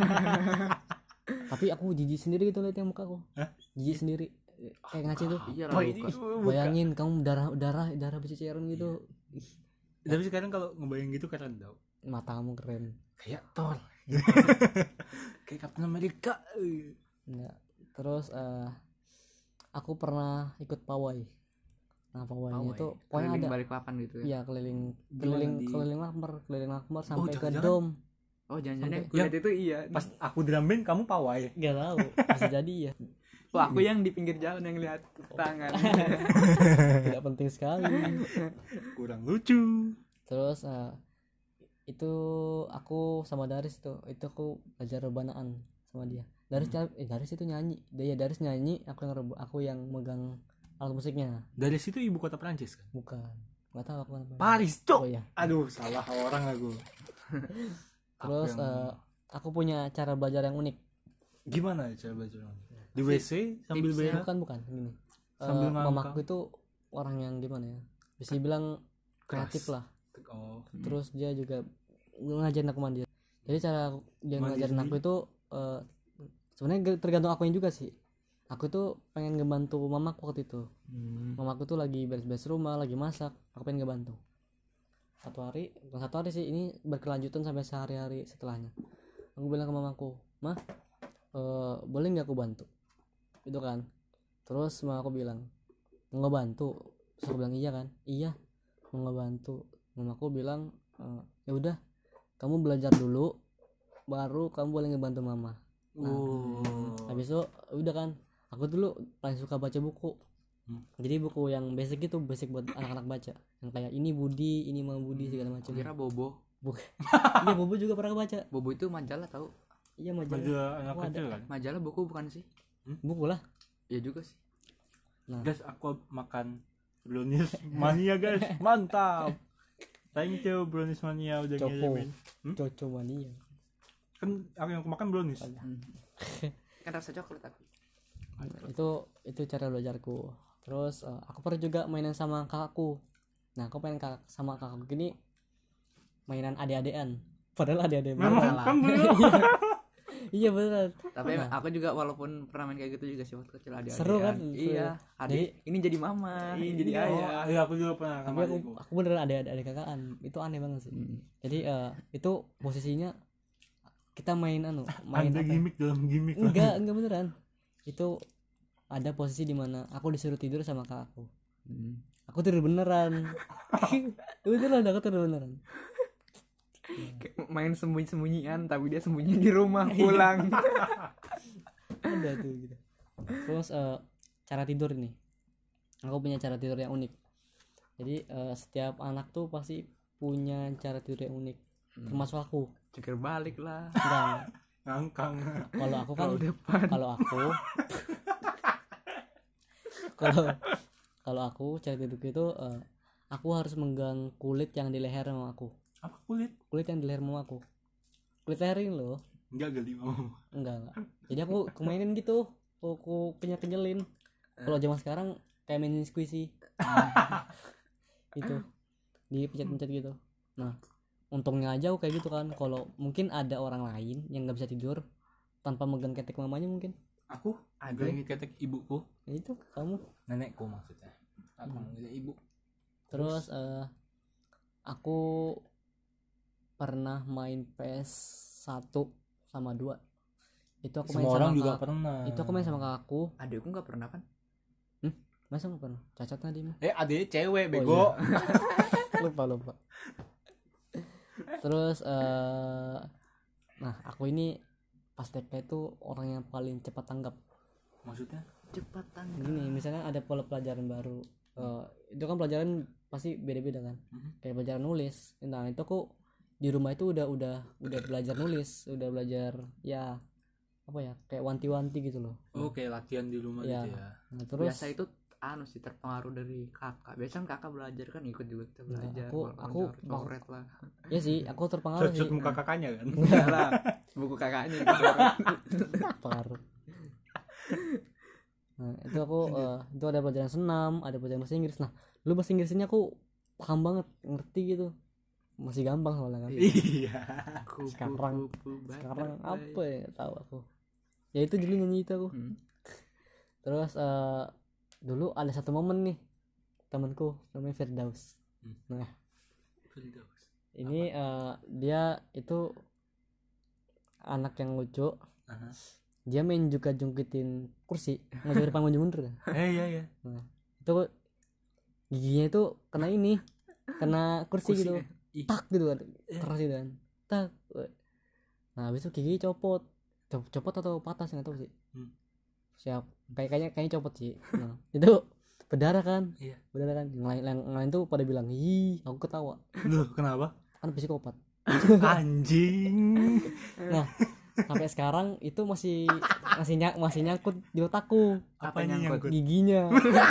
Tapi aku jijik sendiri gitu lihat yang muka aku. Jijik sendiri. Kayak ngaci tuh.
Iya
Oh,
lah.
ini
Bayangin kamu darah berceceran gitu.
Tapi sekarang kalau ngebayang gitu keren tau.
Matamu keren.
Kayak Thor. Kayak Captain America.
Enggak. Terus aku pernah ikut pawai. Nah pawainya itu pokoknya
Keliling
ada.
Balikpapan gitu ya.
Iya keliling Lakmer sampai ke
jangan-jangan.
dom.
Oh jangan-jangan
Sampai-
lihat itu iya.
Pas aku drum band kamu pawai.
Gak tahu bisa jadi ya.
Wah aku yang di pinggir jalan yang lihat tangan.
Tidak penting sekali.
Kurang lucu.
Terus itu aku sama Daris tuh, itu aku belajar rebanaan sama dia. Daris itu nyanyi, Daris nyanyi, aku yang megang alat musiknya.
Dari situ ibu kota Prancis kan?
Bukan, nggak tahu aku mana.
Paris, cok.
Oh iya.
Aduh, salah orang aku.
Terus
Aku yang-
aku punya cara belajar yang unik.
Gimana cara belajar? Di WC sambil
tipsnya.
berak?
Bukan gini.
Sambil ngangkang.
Mamaku itu orang yang gimana ya? Bisa dibilang kreatif lah.
Oh.
Terus dia juga ngajarin aku mandi. Jadi cara dia
Mandi
ngajarin aku itu sebenarnya tergantung akunya juga sih. Aku tuh pengen ngebantu mamaku waktu itu. Mamaku tuh lagi beres-beres rumah, lagi masak, aku pengen ngebantu. Bukan satu hari sih, ini berkelanjutan sampai sehari-hari setelahnya. Aku bilang ke mamaku, "Mah, boleh nggak aku bantu?" Itu kan. Terus mamaku bilang, "Mau ngebantu?" Terus aku bilang, "Iya kan?" "Iya, mau ngebantu." Mamaku bilang, "Ya udah, kamu belajar dulu, baru kamu boleh ngebantu mama." Habis itu udah kan, aku dulu paling suka baca buku. Jadi buku yang basic buat anak-anak baca, yang kayak ini Budi, ini Mama Budi segala macam.
Kira Bobo.
Iya, Bobo juga pernah baca.
Bobo itu majalah tahu.
Iya, majalah.
Majalah anak
Oh, ada.
kecil kan?
Majalah buku bukan sih?
Buku lah.
Ya juga sih.
Guys, aku makan brownies mania guys, mantap. Thank you brownies mania udah
Choco.
ngirimin.
Coco mania.
Kan aku yang makan brownies.
Kan rasa coklat tapi.
Itu cara belajarku. Terus aku pernah juga mainan sama kakakku. Nah, aku pengen sama kakakku gini mainan ade-adean. Padahal ade-ade
Memang
banget.
kan dulu.
Iya beneran.
Tapi aku juga walaupun pernah main kayak gitu juga sih waktu kecil ada.
Seru kan?
Iya. Adik ini jadi mama, ini jadi ayah.
Iya, aku juga pernah
Tapi
sama
aku beneran ada kakaan. Itu aneh banget sih. Jadi itu posisinya kita main
Anda
apa ya?
gimmick dalam gimmick.
Enggak beneran. Itu ada posisi di mana aku disuruh tidur sama kakakku. Aku tidur beneran. Beneran, aku tidur beneran.
Kayak main sembunyi-sembunyian tapi dia sembunyi di rumah pulang.
Ada tuh gitu. Terus cara tidur nih, aku punya cara tidur yang unik. Jadi setiap anak tuh pasti punya cara tidur yang unik, termasuk aku.
ceker balik lah.
Enggak.
ngangkang.
Kalau aku kan
Kalau depan.
kalau aku kalau kalau aku cara tidurku itu aku harus menggang kulit yang di leher mama aku.
Apa kulit?
Kulit yang di leher mama aku. Kulit leher ini loh.
Enggak geli mau.
Enggak. Jadi aku kemainin gitu. Aku kenyelin. Kalau zaman sekarang kayak mainin squishy. Itu dipencet-pencet gitu. Nah, untungnya aja aku kayak gitu kan. Kalau mungkin ada orang lain yang nggak bisa tidur tanpa megang ketek mamanya mungkin.
Aku
Ada
ada
yang
ketek ibuku.
Ya itu kamu.
Nenekku maksudnya. Aku manggilnya ibu.
Terus aku pernah main PS 1 sama 2. Itu aku main
Semua
sama
orang juga
kakak.
pernah.
Itu aku main sama kakakku.
Adekku nggak pernah kan?
Masa nggak pernah? Cacat tadi mah.
Adek cewek
Oh,
bego.
lupa. Terus nah aku ini pas TK itu orang yang paling cepat tanggap.
Maksudnya?
Cepat tanggap.
Gini, misalnya ada pola pelajaran baru. Itu kan pelajaran pasti beda-beda kan. Kayak pelajaran nulis. Nah, itu aku di rumah itu udah belajar nulis, udah belajar ya apa ya, kayak wanti-wanti gitu loh.
Oke, latihan di rumah
Ya.
gitu ya.
Nah, terus
Biasa itu sih terpengaruh dari kakak. Biasanya kakak belajar kan ikut juga kita belajar.
aku
coret lah.
ya sih aku terpengaruh sih.
Cut muka kakaknya kan.
Enggak lah. Buku kakaknya
Pengaruh. Nah, itu aku itu ada pelajaran senam, ada pelajaran bahasa Inggris. Nah, dulu bahasa Inggrisnya aku paham banget, ngerti gitu. Masih gampang soalnya kan.
Iya.
Sekarang apa ya, nggak tahu aku. Ya itu dulu nyanyi itu aku. Terus dulu ada satu momen nih, temanku namanya Firdaus. Nah, ini dia itu anak yang lucu. Dia main juga jungkitin kursi, ngajak depan maju mundur.
Iya.
Nah, itu giginya itu kena ini, kena kursi gitu. Tak gitu kan, keras gitu kan. Tak. Nah, habis itu gigi copot atau patah sih nggak tahu sih. Siap. Kayaknya copot sih. Nah, itu berdarah kan?
Iya.
Berdarah kan. Yang lain tuh pada bilang, "Ih, aku ketawa."
Loh, kenapa?
Kan psikopat.
Anjing.
Nah, sampai sekarang itu masih nyangkut di otakku.
Apa nyangkut?
Giginya.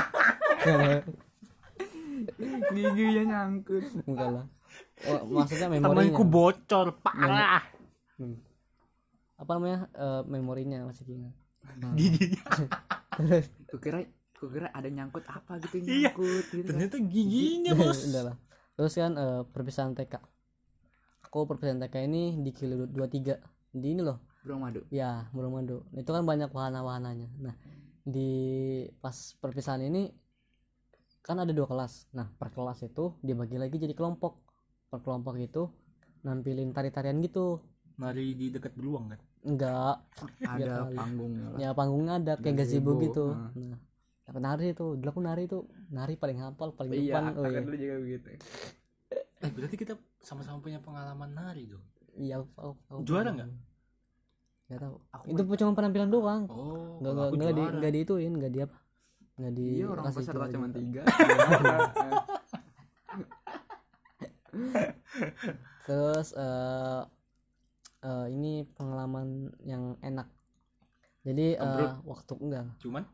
Giginya nyangkut.
Enggak lah. Oh, maksudnya memorinya.
Temanku bocor parah.
Apa namanya? Memorinya masih ingat.
Giginya.
Terus
Kukira ada nyangkut apa gitu
Iya.
nyangkut gitu.
Ternyata giginya, Bos.
udah lah. Terus kan perpisahan TK. Aku perpisahan TK ini di kilo 23. Di ini loh.
Burung madu.
Ya, Burung Madu. Itu kan banyak wahana-wahananya. Nah, di pas perpisahan ini kan ada 2 kelas. Nah, per kelas itu dibagi lagi jadi kelompok. Per kelompok itu nampilin tari-tarian gitu.
Nari di dekat beruang kan?
Enggak.
Ada
kali.
panggungnya lah.
Ya panggungnya ada kayak gazebo
Gazebo,
gitu. Nah, dapat nari itu. Dulu aku nari paling hafal, paling
Iya,
depan. Oh
kakak
iya.
dulu juga begitu.
Berarti kita sama-sama punya pengalaman nari dong.
Iya, aku
Juara nggak?
Nggak tahu.
Aku
Itu cuma penampilan doang.
Oh,
Nggak diituin, nggak di apa? Nggak di
Iya, orang
kasih
peserta
juara
cuma
juga.
3.
Terus ini pengalaman yang enak. Jadi waktu enggak.
Cuman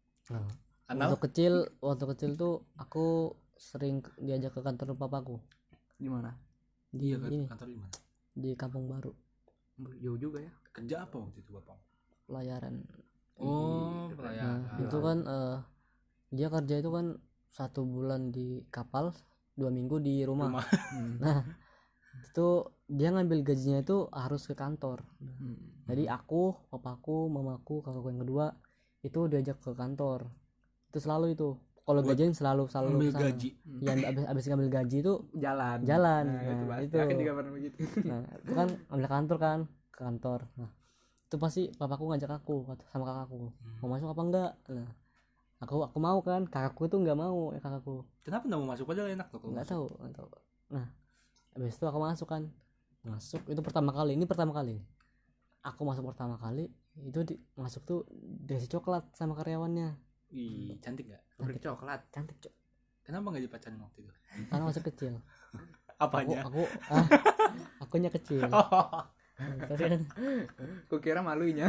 Waktu kecil tuh aku sering diajak ke kantor papaku.
Di mana?
Di
Iya kan,
ini,
kantor di mana?
di Kampung Baru.
Jauh juga ya.
Kerja apa waktu itu, Bapak?
Pelayaran.
Oh,
Nah,
pelayaran.
itu kan dia kerja itu kan 1 bulan di kapal, 2 minggu di rumah. Nah, itu dia ngambil gajinya itu harus ke kantor. Jadi aku, papaku, mamaku, kakakku yang kedua itu diajak ke kantor. Itu selalu itu. Kalau gajian selalu
Ambil
kesana.
gaji.
Ya abis ngambil gaji itu
Jalan.
Nah,
itu pasti.
itu.
Aku juga pernah begitu.
nah itu kan ambil kantor kan, ke kantor. Nah, itu pasti papaku ngajak aku sama kakakku. Mau masuk apa enggak? Nah, aku mau kan, kakakku itu enggak mau, ya kakakku.
Kenapa enggak mau masuk? Padahal enak tuh kalau
Enggak
masuk.
tahu. Nah, habis itu aku masuk kan. Masuk itu pertama kali. Aku masuk pertama kali itu masuk tuh dikasih coklat sama karyawannya.
Ih, cantik enggak?
Beri coklat.
Cantik, Cok.
Kenapa enggak dipacarin waktu itu?
Karena masih kecil.
Apanya?
Akunya kecil.
Oh.
Tapi kan
Kukira malunya.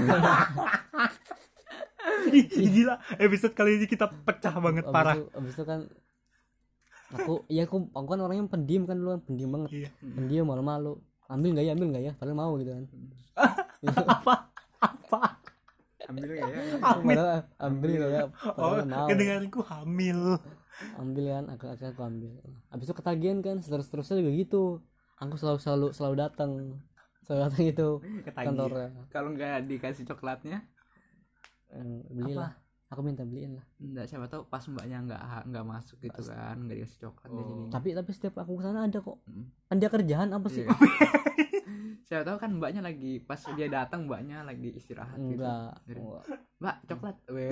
Ih, gila, episode kali ini kita pecah banget parah.
abis itu kan aku kan orangnya pendiam kan dulu, pendiam banget.
Iya.
Pendiam, malu-malu. Ambil nggak ya padahal mau gitu kan.
Apa?
Ambil nggak ya?
Padahal ambil nggak ya
Oh,
padahal mau.
kedengaranku hamil.
Ambil kan, aku ambil. Habis itu ketagihan kan, seterusnya juga gitu. Aku selalu datang itu kantornya.
Kalau nggak dikasih coklatnya,
belilah. Aku minta beliin lah.
enggak, siapa tahu pas mbaknya nggak masuk gitu kan, nggak dikasih coklat dia jadi.
Tapi setiap aku kesana ada kok. Kan dia kerjaan apa sih?
Iya. Siapa tahu kan mbaknya lagi, pas dia datang mbaknya lagi istirahat
Enggak.
gitu. Mbak, coklat. Weh.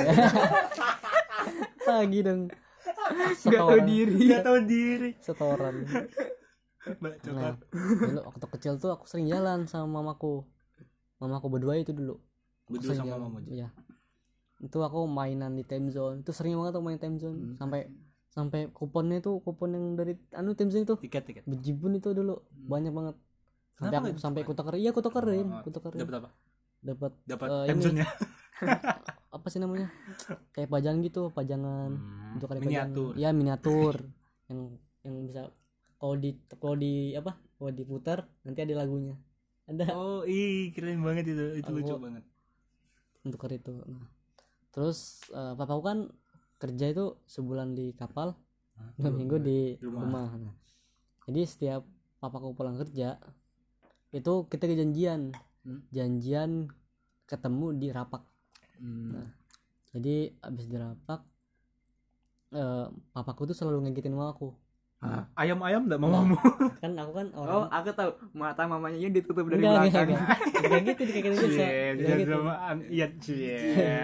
Lagi dong.
Nggak tahu diri.
Gak tahu diri.
Setoran.
Mbak
Nah,
coklat.
dulu waktu kecil tuh aku sering jalan sama mamaku berdua itu dulu. Aku
Berdua
sering
sama
jalan.
mamamu juga?
Iya. Itu aku mainan di time zone. Itu sering banget aku main time zone. Sampai kuponnya tuh kupon yang dari time zone itu
Tiket.
bejibun itu dulu banyak banget. Sampai aku tukerin. Iya, aku tukerin.
Dapat apa?
Dapat
Time zone-nya.
apa sih namanya? Kayak pajangan untuk ada
miniatur.
Iya, miniatur. yang bisa kalau diputar nanti ada lagunya. Ada
Oh, keren banget itu. Itu lucu banget.
untuk itu. Nah, terus papaku kan kerja itu sebulan di kapal, 2 minggu di rumah. Nah, jadi setiap papaku pulang kerja itu kita janjian ketemu di Rapak. Nah, jadi abis di Rapak papaku tuh selalu ngegitin mamaku.
Ayam-ayam enggak mamamu?
Kan aku kan
Oh,
orang
aku tahu, mata mamanya yang ditutup dari
enggak,
belakang.
kayak gitu kayak biasa.
Cie,
Kayak gitu.
iya cie.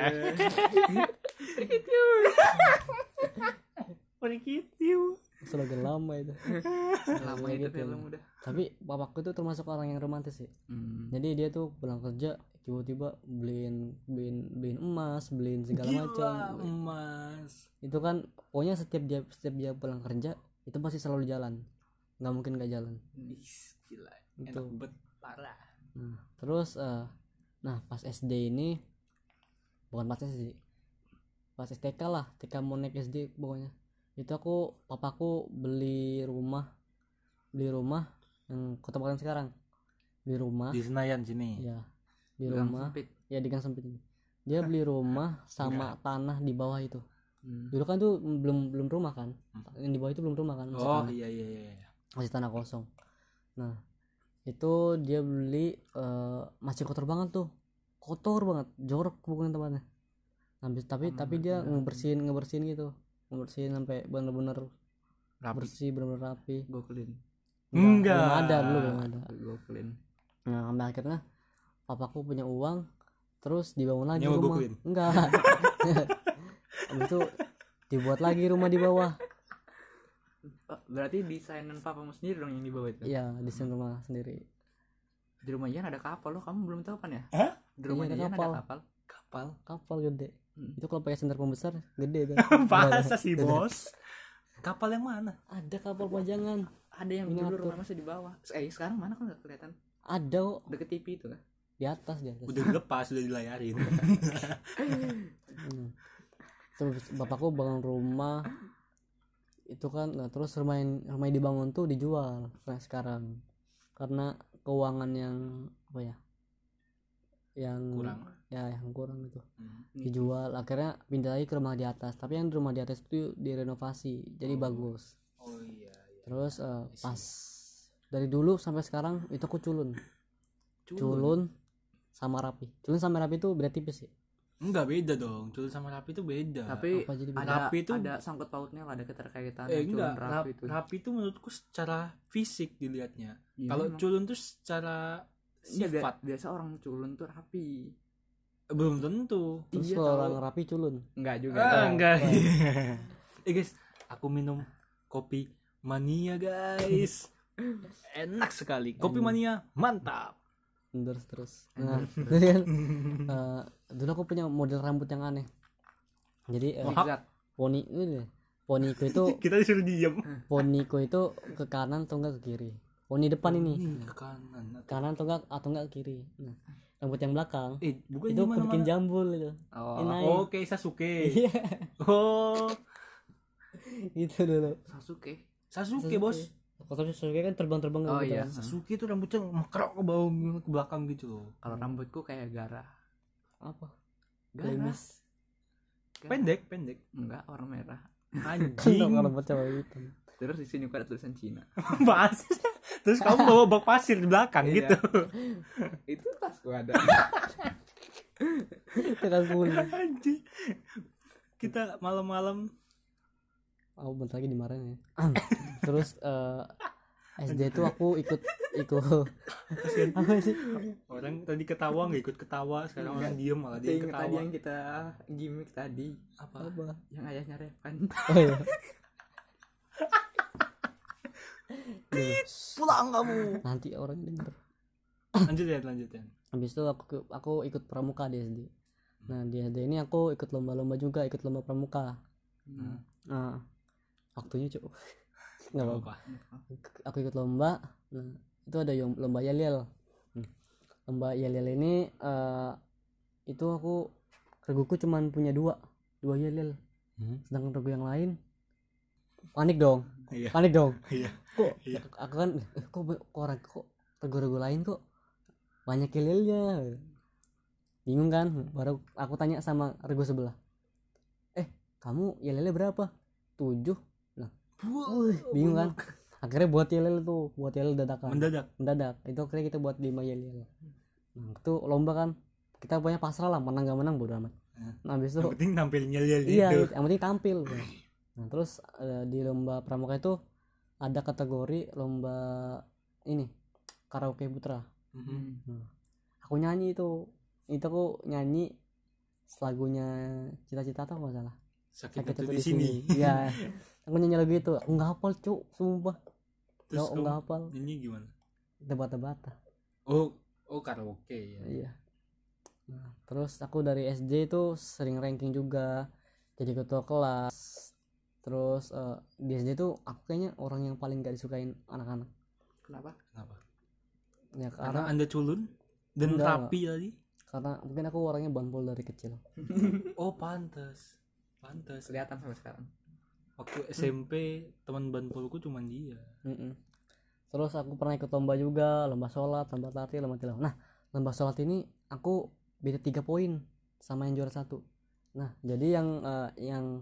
Perkitiu.
Slogan lama itu.
Lama
Kayak
itu
gitu.
film udah.
Tapi papaku itu termasuk orang yang romantis sih. Jadi dia tuh pulang kerja tiba-tiba beliin emas, beliin segala macam.
Emas.
Itu kan pokoknya setiap dia pulang kerja itu pasti selalu jalan, nggak mungkin nggak jalan.
Gila.
Itu.
Enak banget parah.
Nah, terus nah pas SD ini, bukan pas SD, pas STK lah, ketika mau naik SD pokoknya itu papaku beli rumah yang kota Pekanbaru sekarang, beli rumah
Di Senayan sini.
ya, di
Gang
rumah
sempit.
ya di gang sempit ini. Dia beli rumah sama tanah di bawah itu. Dulu kan tuh belum rumah kan, yang di bawah itu belum rumah kan, masih
Oh
tanah.
iya.
Masih tanah kosong. Nah itu dia beli masih kotor banget, jorok bukan tempatnya. Tapi dia ngebersihin gitu, ngebersihin sampai bener-bener bersih, bener-bener rapi.
Go clean.
Enggak.
Belum ada.
Go clean.
Nah sampai akhirnya papaku punya uang, terus dibangun lagi
Nyewa
rumah.
Gokuin?
Enggak. Habis itu dibuat lagi rumah di bawah.
Oh, berarti desainan papamu sendiri dong yang di bawah itu.
Iya, desain rumah sendiri.
Di rumah Ian ada kapal loh, kamu belum tahu kan ya?
Hah?
Di rumah
Iya, ada
Ian
kapal.
ada kapal.
Kapal gede. Itu kalau pakai senter pembesar gede tuh.
Masa sih bos? Kapal yang mana?
Ada kapal pajangan.
Ada yang
Miniatur.
dulu rumah masih di bawah. Sekarang mana kok nggak kelihatan?
Ada kok
Deket TV itu kan?
di atas.
Udah dilepas, udah dilayarin.
Terus bapakku bangun rumah itu kan, nah, terus rumah yang dibangun tuh dijual sekarang karena keuangan yang apa ya, yang
Kurang.
yang kurang itu. Dijual, akhirnya pindah lagi ke rumah di atas, tapi yang di rumah di atas itu direnovasi jadi bagus.
Oh iya.
Terus pas dari dulu sampai sekarang itu aku culun sama rapi. Culun sama rapi itu beda tipis sih.
Enggak, beda dong. Culun sama rapi itu beda.
Tapi
Apa jadi beda?
ada
Rapi itu-
ada sangkut pautnya, ada keterkaitan.
enggak.
Rapi itu.
Rapi itu menurutku secara fisik dilihatnya.
Iya,
Kalau
memang.
culun tuh secara
Iya,
sifat
biasa orang culun tuh rapi.
belum tentu.
Terus
Iya,
kalau
tahu.
orang rapi culun.
Enggak juga.
Enggak. Guys, aku minum kopi mania guys. Enak sekali. Kopi mania mantap.
Terus. Nah, terus kan, dulu aku punya model rambut yang aneh. Jadi
Zigzag.
poni ini deh. Poniku itu
Kita disuruh diem.
poniku itu ke kanan atau enggak ke kiri. Poni depan ini
Ke kanan.
kanan atau enggak ke kiri. Nah, rambut yang belakang
Bukan
itu bikin jambul itu.
Oh,
Ini naik.
Oke, Sasuke.
Iya,
Oh,
gitu dulu.
Sasuke bos.
Kalau Sasuke kan terbang-terbang
Oh
gitu
iya.
kan.
Sasuke itu rambutnya mekrok ke bawah ke belakang gitu loh.
Kalau rambutku kayak Gara.
Apa?
Gara.
Klimis.
Pendek.
Enggak, warna merah.
Anjing.
Kalau rambut cowok itu.
Terus di sini ada tulisan Cina.
Bahas. Terus kamu bawa bak pasir di belakang
Iya.
gitu.
Itu tasku ada.
Itu kan cool.
Anjing. Kita malam-malam
Aku bentar lagi dimarahin ya. Terus SD itu aku ikut apa sih?
orang tadi ketawa nggak ikut ketawa, sekarang orang diem malah dia
Ingat tadi
ketawa.
yang kita gimmick tadi,
Apa?
yang ayahnya Revan.
Oh iya.
Pulang kamu.
Nanti orang denger.
Lanjut ya.
Habis itu aku ikut pramuka di SD. Nah, di SD ini aku ikut lomba-lomba juga, ikut lomba pramuka. Nah, waktunya cuk. Enggak apa-apa. Aku ikut lomba. Nah, itu ada lomba yel-yel. Lomba yel-yel ini itu aku reguku cuman punya dua yel-yel. Sedangkan regu yang lain panik dong.
Iya.
Panik dong.
Iya.
Kok
Iya.
aku kan kok regu-regu lain kok banyak yel-yelnya. Bingung kan? Baru aku tanya sama regu sebelah. Kamu yel-yelnya berapa? 7. Nah, bingung kan? Akhirnya buat yel-yel dadakan. Mendadak. Itu akhirnya kita buat 5 yel-yel. Nah, itu lomba kan. Kita punya pasrah lah, menang gak menang bodo amat. Nah, habis itu
Yang penting nampil nyel-nyel
iya,
gitu.
yang penting tampil. Nah, terus di lomba pramuka itu ada kategori lomba ini karaoke putra. Aku nyanyi itu aku nyanyi lagunya Cita-Cita atau nggak salah.
Sakit Hati di sini.
Iya, aku nyanyi lagu itu. Aku nggak hafal cuk, sumpah.
Terus
Nggak hafal.
Ini gimana?
Tebak-tebakan.
Oh karaoke ya.
Iya. Nah, terus aku dari SD itu sering ranking juga, jadi ketua kelas. Terus di SD itu aku kayaknya orang yang paling gak disukain anak-anak.
Kenapa?
Ya
Karena
karena
Anda culun dan
Enggak.
rapi tadi.
karena mungkin aku orangnya bandel dari kecil.
Oh pantas.
Kelihatan sampai sekarang.
Waktu SMP teman banpolku cuma dia.
Terus aku pernah ikut lomba juga, lomba sholat, lomba tarti, lomba tilawah. Nah, lomba sholat ini aku beda 3 poin sama yang juara 1. Nah, jadi yang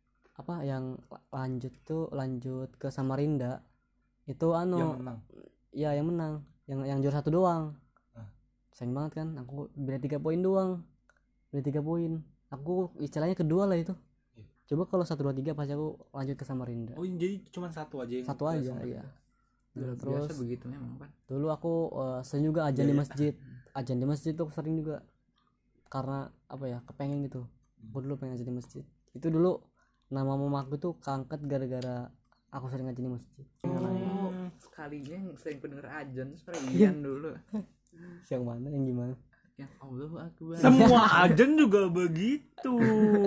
lanjut ke Samarinda itu
Yang menang.
ya yang menang, yang juara 1 doang. Sayang banget kan, aku beda 3 poin doang. Beda 3 poin. Aku istilahnya kedua lah itu. Coba kalau 1 2 3 pasti aku lanjut ke Samarinda.
Oh jadi cuma satu aja yang
Satu
ke
aja,
Samarinda.
iya.
Biasa
Terus
begitu memang kan.
dulu aku sering juga ajan di masjid. Ajan di masjid tuh sering juga karena apa ya, kepengen gitu. Aku dulu pengen ajan di masjid. Itu dulu nama mama aku tuh keangkat gara-gara aku sering ajan di masjid.
Oh, sekalinya yang sering pendengar ajan seringan dulu.
Yang mana yang gimana?
Yang Allahu Akbar.
Semua ajan juga begitu.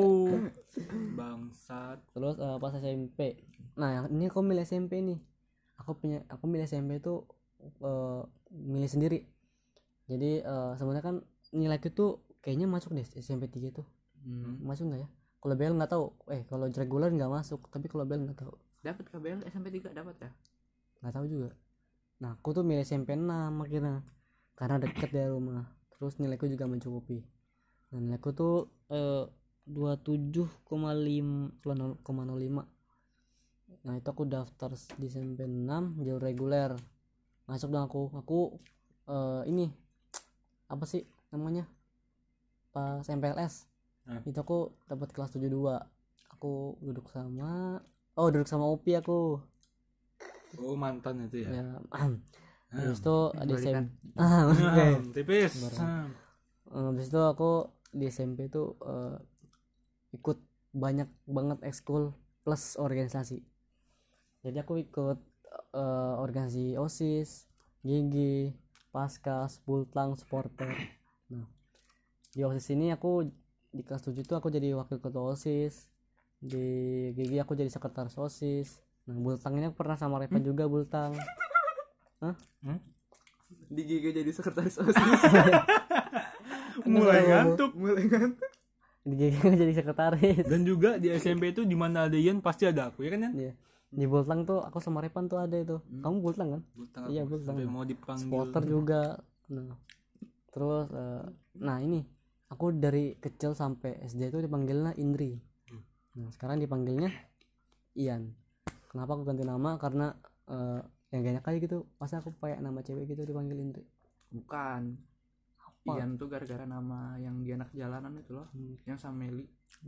Bangsat.
Terus pas SMP. Nah, ini aku milih SMP nih. Aku milih SMP tuh milih sendiri. Jadi sebenarnya kan nilaiku tuh kayaknya masuk deh SMP 3 tuh. Masuk enggak ya? Kalau BL enggak tahu. Kalau reguler enggak masuk, tapi kalau BL enggak tahu.
Dapat KBL SMP 3 dapat ya?
Enggak tahu juga. Nah, aku tuh milih SMP 6 akhirnya. Karena dekat dari rumah. Terus nilaiku juga mencukupi. Nah, nilaiku tuh 27,05. Nah, itu aku daftar di SMP 6 jalur reguler. Masuk dong aku ini apa sih namanya? Pas MPLS. Itu aku dapat kelas 72. Aku duduk sama Opi aku.
Oh mantan itu ya.
Ya. Habis itu di SMP.
Tipis.
Habis itu aku di SMP tuh ikut banyak banget ekskul plus organisasi. Jadi aku ikut organisasi OSIS, GG, Paskas, Bultlang, Supporter. Nah, di OSIS ini aku di kelas 7 tuh aku jadi wakil ketua OSIS. Di Gigi aku jadi sekretaris OSIS. Nah, Bultang ini aku pernah sama Revan juga Bultang.
Di GG jadi sekretaris OSIS.
Mulai ngantuk.
Di Gigi aku jadi sekretaris.
Dan juga di SMP itu di mana ada Ian pasti ada aku, ya kan?
Iya. Di Bultang tuh aku sama Revan tuh ada itu. Kamu Bultang kan?
Bultang
Iya,
aku
Bultang.
sampai mau dipanggil.
Supporter juga. Nah, terus nah ini aku dari kecil sampai SD itu dipanggilnya Indri. Nah, sekarang dipanggilnya Ian. Kenapa aku ganti nama? Karena yang gak enak aja gitu. Masa aku kayak nama cewek gitu dipanggil Indri.
Bukan.
Apa?
Ian tuh gara-gara nama yang dia anak jalanan itu loh. Yang sama Meli.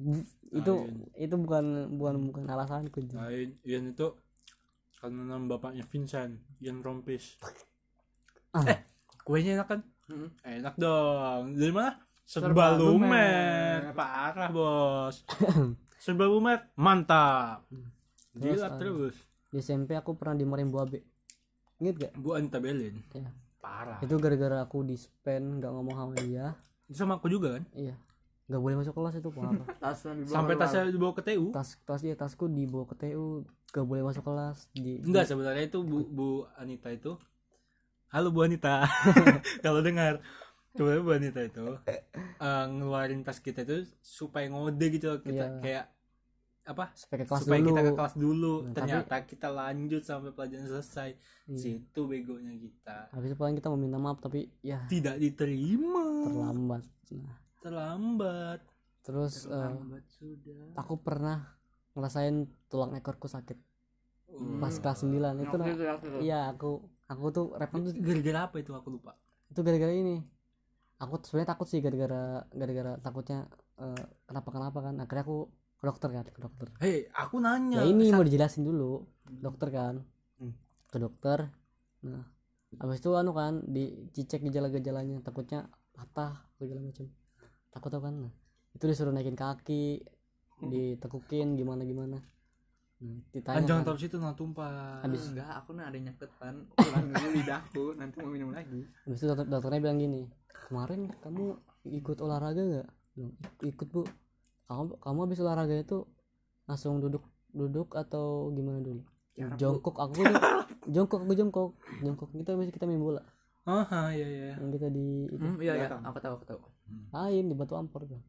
Itu bukan alasanku.
Lain, Ian itu karena nama bapaknya Vincent, Ian Rompis. Kuenya enak kan? Enak dong. Dari mana? Serba Lumer. Parah, Bos. Serba Lumer, mantap. Gila terus.
Di SMP aku pernah dimarahin Bu Abe. Ingat gak?
Bu Anita Belin.
Iya.
Parah.
Itu gara-gara aku di spend gak ngomong sama dia.
Itu sama aku juga kan?
Iya. Gak boleh masuk kelas itu parah.
Sampai tasnya dibawa ke TU.
Tasku dibawa ke TU, gak boleh masuk kelas.
Enggak, sebenarnya itu Bu Anita itu. Halo Bu Anita. Kalau dengar. Coba Bu Anita itu ngeluarin tas kita itu supaya ngode gitu loh. Kita kayak apa?
Supaya kelas
supaya
dulu.
kita ke kelas dulu.
Nah,
Ternyata kita lanjut sampai pelajaran selesai.
Iya.
Situ begonya kita.
Habis itu paling kita meminta maaf tapi ya
Tidak diterima.
terlambat. Nah,
Terlambat.
terus
Terlambat sudah.
aku pernah ngerasain tulang ekorku sakit pas kelas 9 itu. Iya, aku tuh Revan tuh
Gara-gara apa itu aku lupa.
itu gara-gara ini. Aku sebenarnya takut sih gara-gara takutnya kenapa kan. Akhirnya aku ke dokter.
Hei, aku nanya.
Ya ini mau dijelasin dulu. Dokter kan. Ke dokter. Nah, habis itu kan dicek gejala-gejalanya, takutnya patah segala macam. Takut kan. Nah, itu disuruh naikin kaki, ditekukin gimana. Nah, ditanya
Jangan
kan.
taruh situ nah tumpah.
Habis
Enggak, aku ada nyakit pan. Ulang dulu lidahku, nanti mau minum lagi.
Habis itu dokternya bilang gini, kemarin kamu ikut olahraga nggak? Ikut Bu. Kamu habis olahraga itu langsung duduk atau gimana dulu? Jongkok. Aku jongkok kita main bola.
Iya.
Yang kita di itu
Iya, aku tahu.
lain di Batu Ampor tuh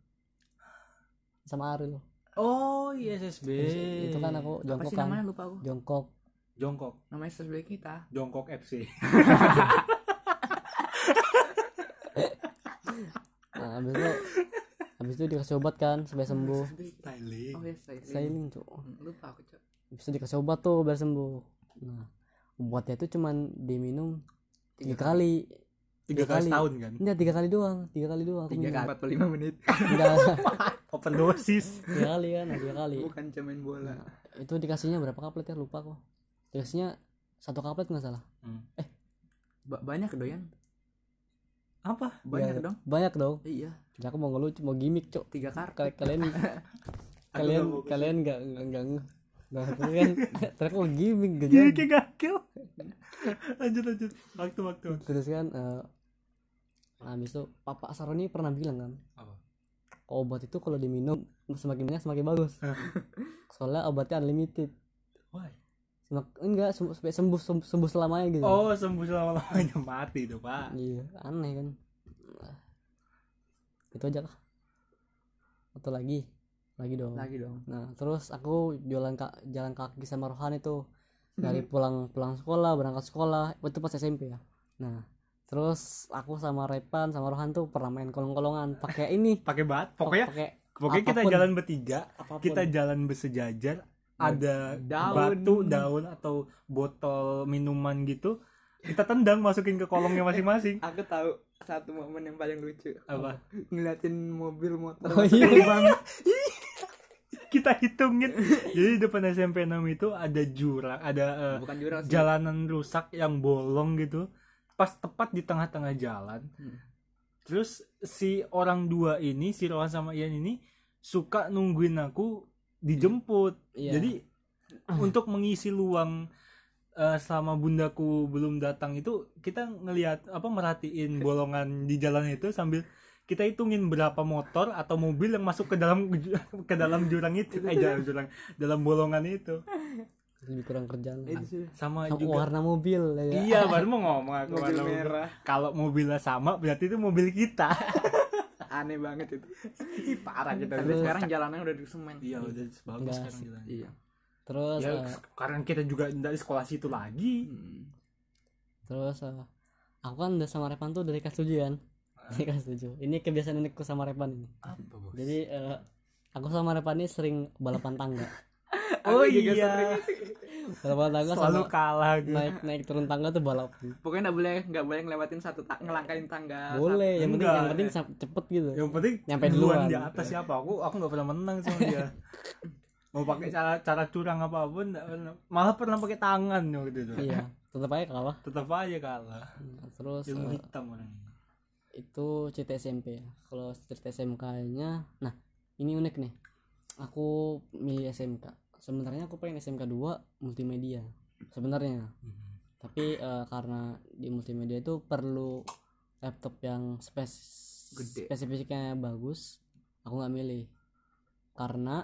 sama Ariel.
Oh, iya SSB.
Itu kan aku
Apa
jongkok
sih
kan.
namanya, lupa aku.
Jongkok
Namanya SSB kita.
Jongkok FC.
Nah, habis itu dikasih obat kan supaya sembuh.
Styling.
Oh ya,
Styling Cuk.
Lupa aku, Cok.
Habis itu dikasih obat tuh biar sembuh. Nah, obatnya itu cuman diminum 3 kali.
3 kali setahun kan?
Enggak, 3 kali doang. 3 kali doang.
3 kali 45 menit.
Enggak.
Open dosis.
3 kali kan, 3 kali.
Bukan cuma main bola.
Nah, itu dikasihnya berapa kaplet ya lupa kok. Dikasihnya 1 kaplet enggak salah.
Banyak doyan.
Apa?
Banyak
Ya,
dong.
Banyak dong.
Iya,
Ya, aku mau ngelucu, mau gimmick, Cok.
3 kartu.
Kalian enggak kan. Terus mau gimmick gak
Iya,
jadi.
kayak gakil. Lanjut. Waktu.
Terus kan habis itu Papa Saroni pernah bilang kan,
Apa?
obat itu kalau diminum semakin banyak semakin bagus. Soalnya obatnya unlimited.
Why?
Enggak supaya sembuh selamanya gitu.
Oh, sembuh selama-lamanya mati tuh, Pak.
Iya, aneh kan. Nah, itu aja kah? Atau lagi dong. Nah, terus aku jalan kaki sama Rohan itu dari pulang sekolah, berangkat sekolah, itu pas SMP ya. Nah, terus aku sama Repan sama Rohan tuh pernah main kolong-kolongan pakai ini,
Pakai bat. Pokoknya kita
apapun.
jalan bertiga,
Apapun.
kita jalan bersejajar, ada
Daun.
daun atau botol minuman gitu, kita tendang masukin ke kolongnya masing-masing.
Aku tahu satu momen yang paling lucu.
Apa?
Ngeliatin mobil motor.
Oh iya.
Kita hitungin. Jadi di depan SMP 6 itu ada jurang, ada
Bukan jurang sih.
jalanan rusak yang bolong gitu. Pas tepat di tengah-tengah jalan. Terus si orang dua ini, si Rohan sama Ian ini suka nungguin aku dijemput.
Iya.
Jadi untuk mengisi luang selama bundaku belum datang itu kita merhatiin bolongan di jalan itu sambil kita hitungin berapa motor atau mobil yang masuk ke dalam jurang itu, jurang dalam bolongan itu.
Lebih kurang kerjaan.
Sama
Sama
juga
warna mobil ya.
iya baru mau ngomong aku
Mobil
warna
merah.
kalau mobilnya sama berarti itu mobil kita.
Aneh banget itu.
Parah kita.
Tapi sekarang jalannya udah di semen.
iya udah bagus
Enggak
sekarang
sih.
jalan.
Iya.
Terus
Ya sekarang kita juga dari sekolah situ lagi.
terus aku kan udah sama Repan tuh dari kelas 7 kan. Dari kelas 7. Ini kebiasaan unikku sama Repan ini.
Apa, Bos?
Jadi aku sama Repan ini sering balapan tangga.
Oh
Aku juga
iya.
Balapan tangga
Selalu
sama
kalah gitu.
naik turun tangga tuh balapan.
Pokoknya nggak boleh ngelewatin ngelangkain tangga.
Boleh, yang penting
Enggak.
cepet gitu.
Yang penting
Nyampe
duluan
duluan.
di atas siapa? Aku nggak pernah menang sama dia. Mau pakai cara curang apapun nggak pernah. Malah pernah pakai tangan waktu itu.
Iya, tetap aja kalah.
Tetap aja kalah.
Terus
Ilmu hitam orangnya.
itu cerita SMP ya. Kalau cerita SMK-nya, nah ini unik nih. Aku milih SMK. Sebenarnya aku pengen SMK 2 multimedia. Sebenarnya. Tapi karena di multimedia itu perlu laptop yang
Gede.
spesifiknya bagus, aku nggak milih. Karena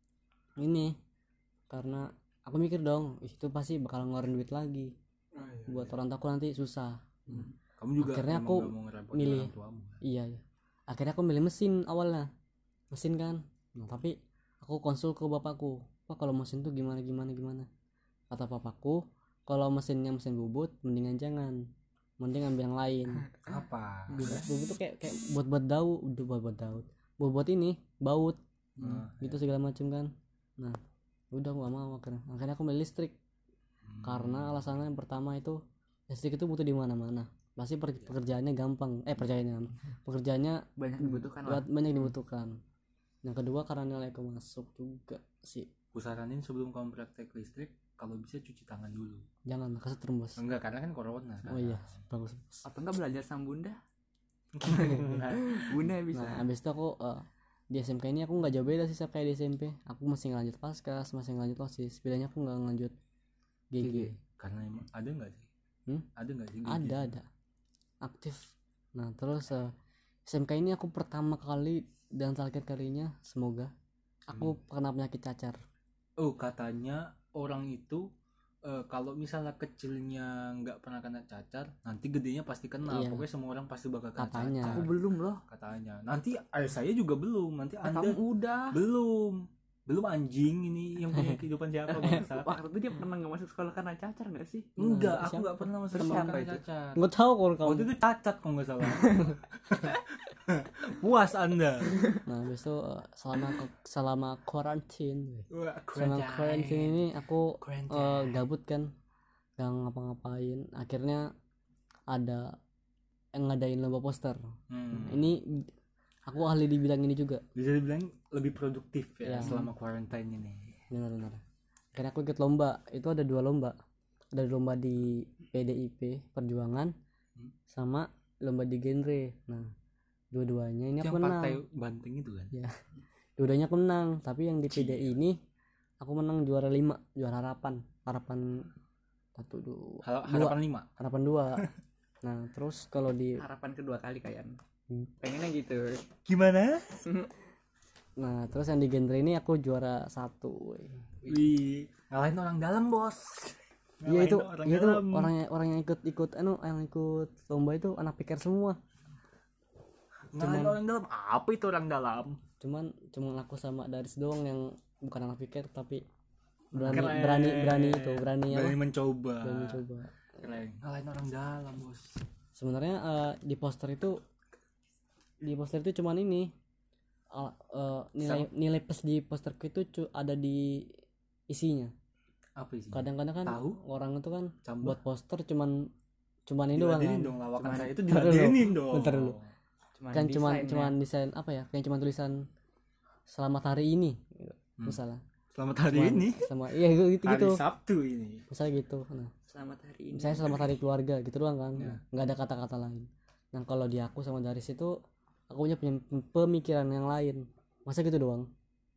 aku mikir dong, itu pasti bakal ngeluarin duit lagi. Buat orang tua aku nanti susah.
Kamu juga
Akhirnya
emang
aku
nggak mau ngerepotin
milih.
orang tuamu.
Iya. Akhirnya aku milih mesin awalnya. Mesin kan. Nah, tapi aku konsul ke bapakku. Pak, kalau mesin tuh gimana. Kata papaku, kalau mesinnya mesin bubut mendingan jangan. Mending ambil yang lain.
Apa?
Bubut tuh kayak buat daun, buat ini baut. Gitu segala macam kan. Nah, udah aku gak mau akhirnya aku milih listrik. Karena alasannya yang pertama itu listrik itu butuh di mana-mana. Pasti pekerjaannya gampang. Pekerjaannya
Banyak dibutuhkan lah.
banyak dibutuhkan. Yang kedua karena nilai aku masuk juga sih.
Kusaranin sebelum kamu praktek listrik kalau bisa cuci tangan dulu.
Jangan kesetrum bos.
Enggak, karena kan corona kan.
Oh iya, bagus.
Atau enggak belajar sama bunda? Bunda bisa.
Nah, habis itu aku di SMK ini aku nggak jauh beda sih sama kayak di SMP. Aku masih ngelanjut paskas, masih ngelanjut OSIS. Bedanya aku nggak ngelanjut GG.
Karena emang ada enggak sih? Ada enggak sih?
Ada aktif. Nah terus SMK ini aku pertama kali dan terakhir kalinya semoga aku kena penyakit cacar.
Oh, katanya orang itu kalau misalnya kecilnya nggak pernah kena cacar, nanti gedenya pasti kena.
Iya.
Pokoknya semua orang pasti bakal kena
Katanya.
cacar.
Aku belum loh.
Katanya. Nanti saya juga belum. Nanti Anda
Kamu udah.
belum anjing ini yang punya kehidupan siapa bangsa?
Waktu itu dia pernah nggak masuk sekolah karena cacar nggak sih?
Enggak,
Nah,
aku
siapa?
nggak pernah masuk
Terus
sekolah
siapa
karena
itu?
cacar.
Nggak tahu kalau kamu.
Waktu itu cacat kalau nggak salah. Puas Anda.
Nah habis itu selama karantin.
Wah,
Selama karantin ini aku
Quarantine.
gabut kan, gak ngapa-ngapain. Akhirnya ada yang ngadain lomba poster. Ini aku ahli di bidang ini juga.
Bisa dibilang lebih produktif ya
Ya.
selama quarantine ini.
Benar. Akhirnya aku ikut lomba. Itu ada 2 lomba. Ada lomba di PDIP Perjuangan sama lomba di genre. Nah, dua-duanya ini
Itu
aku
yang
menang.
partai banteng itu kan?
Ya. Dua-duanya aku menang, tapi yang di PDI ini aku menang juara 5, juara harapan 1 2
Harapan 5.
harapan 2. Nah, terus kalau di
Harapan kedua kali kayak pengennya gitu.
Gimana?
nah, terus yang di genre ini aku juara 1.
Wih, ngalahin orang dalam, Bos.
Iya itu,
Ngalahin
iya itu
dalam.
orang yang ikut yang ikut lomba itu anak pikir semua.
Ngalahin orang dalam. Apa itu orang dalam?
Cuman aku sama Daris doang yang bukan anak pikir tapi
Keren.
berani
Berani mencoba.
berani coba.
Keren. Ngalahin orang dalam, Bos.
Sebenarnya di poster itu cuman ini nilai plus di posterku itu ada di isinya.
Apa sih?
Kadang-kadang kan
Tahu?
orang itu kan
Cambah.
buat poster cuman ini doang
Diladenin
kan.
dong lawakan
Cuman-
saya itu
Bentar dulu.
diladenin dong.
Bentar dulu. Kan
desain
cuman desain apa ya? Kayak cuman tulisan selamat hari ini gitu. Misalnya.
Selamat hari
Cuman
ini.
sama iya gitu.
Hari Sabtu ini.
Misalnya gitu. Nah,
Selamat hari ini.
misalnya selamat hari keluarga gitu doang kan.
Ya.
Nggak ada kata-kata lain. Nah, kalau di aku sama Daris itu aku punya pemikiran yang lain. Masa gitu doang.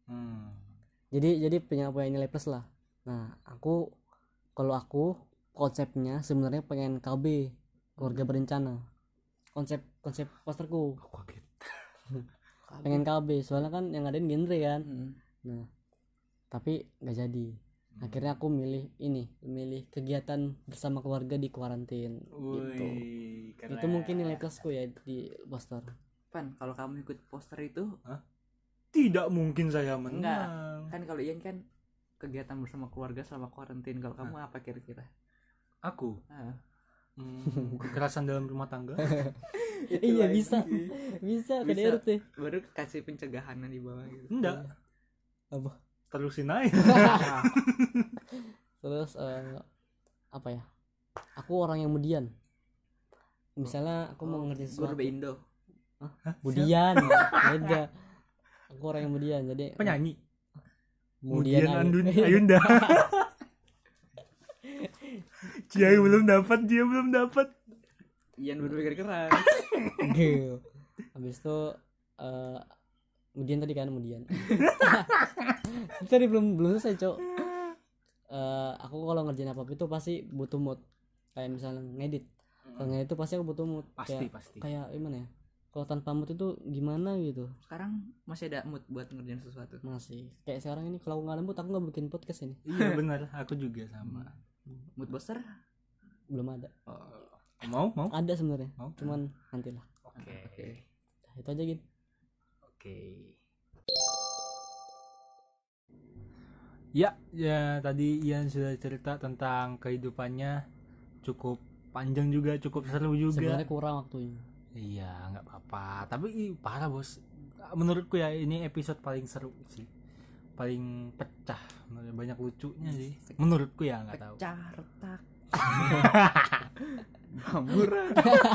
Jadi punya nilai plus lah. Nah, kalau aku konsepnya sebenarnya pengen KB, keluarga berencana. Konsep posterku.
Aku kaget.
pengen KB soalnya kan yang ngadain genre kan.
Hmm.
Nah tapi nggak jadi, akhirnya aku milih kegiatan bersama keluarga di kuarantin gitu.
Wih, keren.
Itu mungkin nilai plusku ya di poster.
Pan, kalau kamu ikut poster itu
Tidak mungkin saya
enggak.
menang.
Kan kalau Ian kan kegiatan bersama keluarga selama kuarantin. Kalau kamu apa kira-kira?
Aku
Ah.
kekerasan dalam rumah tangga.
Iya bisa ke
Bisa.
DRT.
Baru kasih pencegahan di bawah gitu.
Enggak,
Apa?
terusin aja.
Terus apa ya? Aku orang yang mudian. Misalnya aku mau ngerti
Guru
sesuatu.
Indo.
Mudian, beda. Aku orang yang mudian, jadi
Penyanyi.
mudian
Kemudian Ayunda. Dia belum dapat.
Ian berpikir keras.
Gitu. Habis itu kemudian tadi kan kemudian. Tadi belum selesai, Cok. Aku kalau ngerjain apa itu pasti butuh mood. Kayak misalnya ngedit. Kalau ngedit itu pasti aku butuh mood.
Pasti.
Kayak gimana ya? Kalau tanpa mood itu gimana gitu.
Sekarang masih ada mood buat ngerjain sesuatu.
Masih. Kayak sekarang ini kalau nggak ada mood aku nggak bikin podcast ini.
Iya benar, aku juga sama.
Mood poster?
Belum ada.
Mau?
Ada sebenarnya.
Mau?
Cuman nantilah.
Oke.
Nah, itu aja gitu.
Oke. Ya tadi Ian sudah cerita tentang kehidupannya, cukup panjang juga, cukup seru juga.
Sebenarnya kurang waktunya.
Iya, nggak apa-apa. Tapi parah bos. Menurutku ya ini episode paling seru sih, paling pecah, banyak lucunya sih. Menurutku ya, nggak tahu.
Pecah, retak. Hamburan.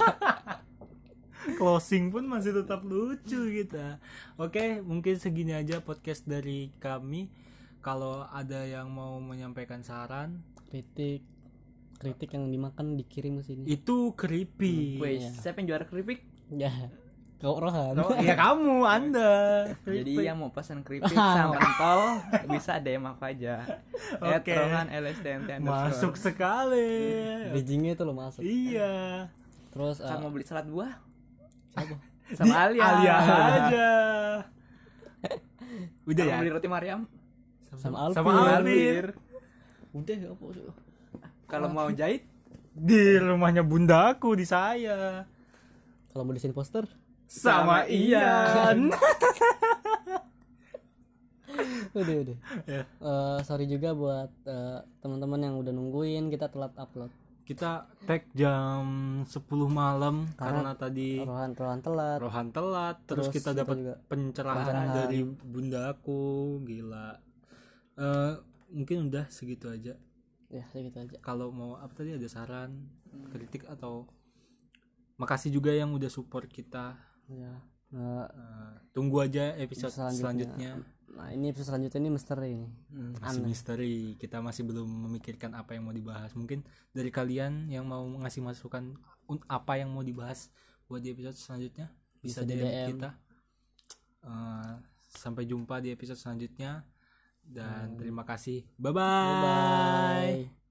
Closing pun masih tetap lucu kita. Oke, mungkin segini aja podcast dari kami. Kalau ada yang mau menyampaikan saran,
kritik yang dimakan dikirim ke sini.
itu creepy.
Wih, siapa yang juara keripik?
Ya, kau Rohan.
Oh, ya kamu, Anda.
Jadi yang mau pesan keripik sama pentol bisa DM aku aja.
Oke.
@rohan LSDNT_.
Masuk sekali.
Bridgingnya itu lo masuk.
Iya.
Terus
Kan mau beli salad buah
apa?
sama Alia.
Alia aja. Udah
Kalau
ya.
beli roti Mariam
Sama Alvin.
Sama Alvin.
Udah apa sih?
kalau mau jahit
Di rumahnya bundaku di saya.
Kalau mau desain poster
Sama Ian.
udah.
Ya.
Sorry juga buat teman-teman yang udah nungguin kita telat upload.
Kita tag jam 10 malam karena tadi
Rohan telat.
Rohan telat, terus
Terus
kita
kita
dapat
juga
pencerahan dari bundaku, gila. Mungkin udah segitu aja.
Ya segitu aja.
Kalau mau apa tadi, ada saran, kritik atau makasih juga yang udah support kita.
Ya.
Tunggu aja episode selanjutnya.
Nah ini episode selanjutnya ini misteri ini.
Masih misteri, kita masih belum memikirkan apa yang mau dibahas. Mungkin dari kalian yang mau ngasih masukan apa yang mau dibahas buat di episode selanjutnya bisa DM kita. Sampai jumpa di episode selanjutnya dan terima kasih. Bye bye.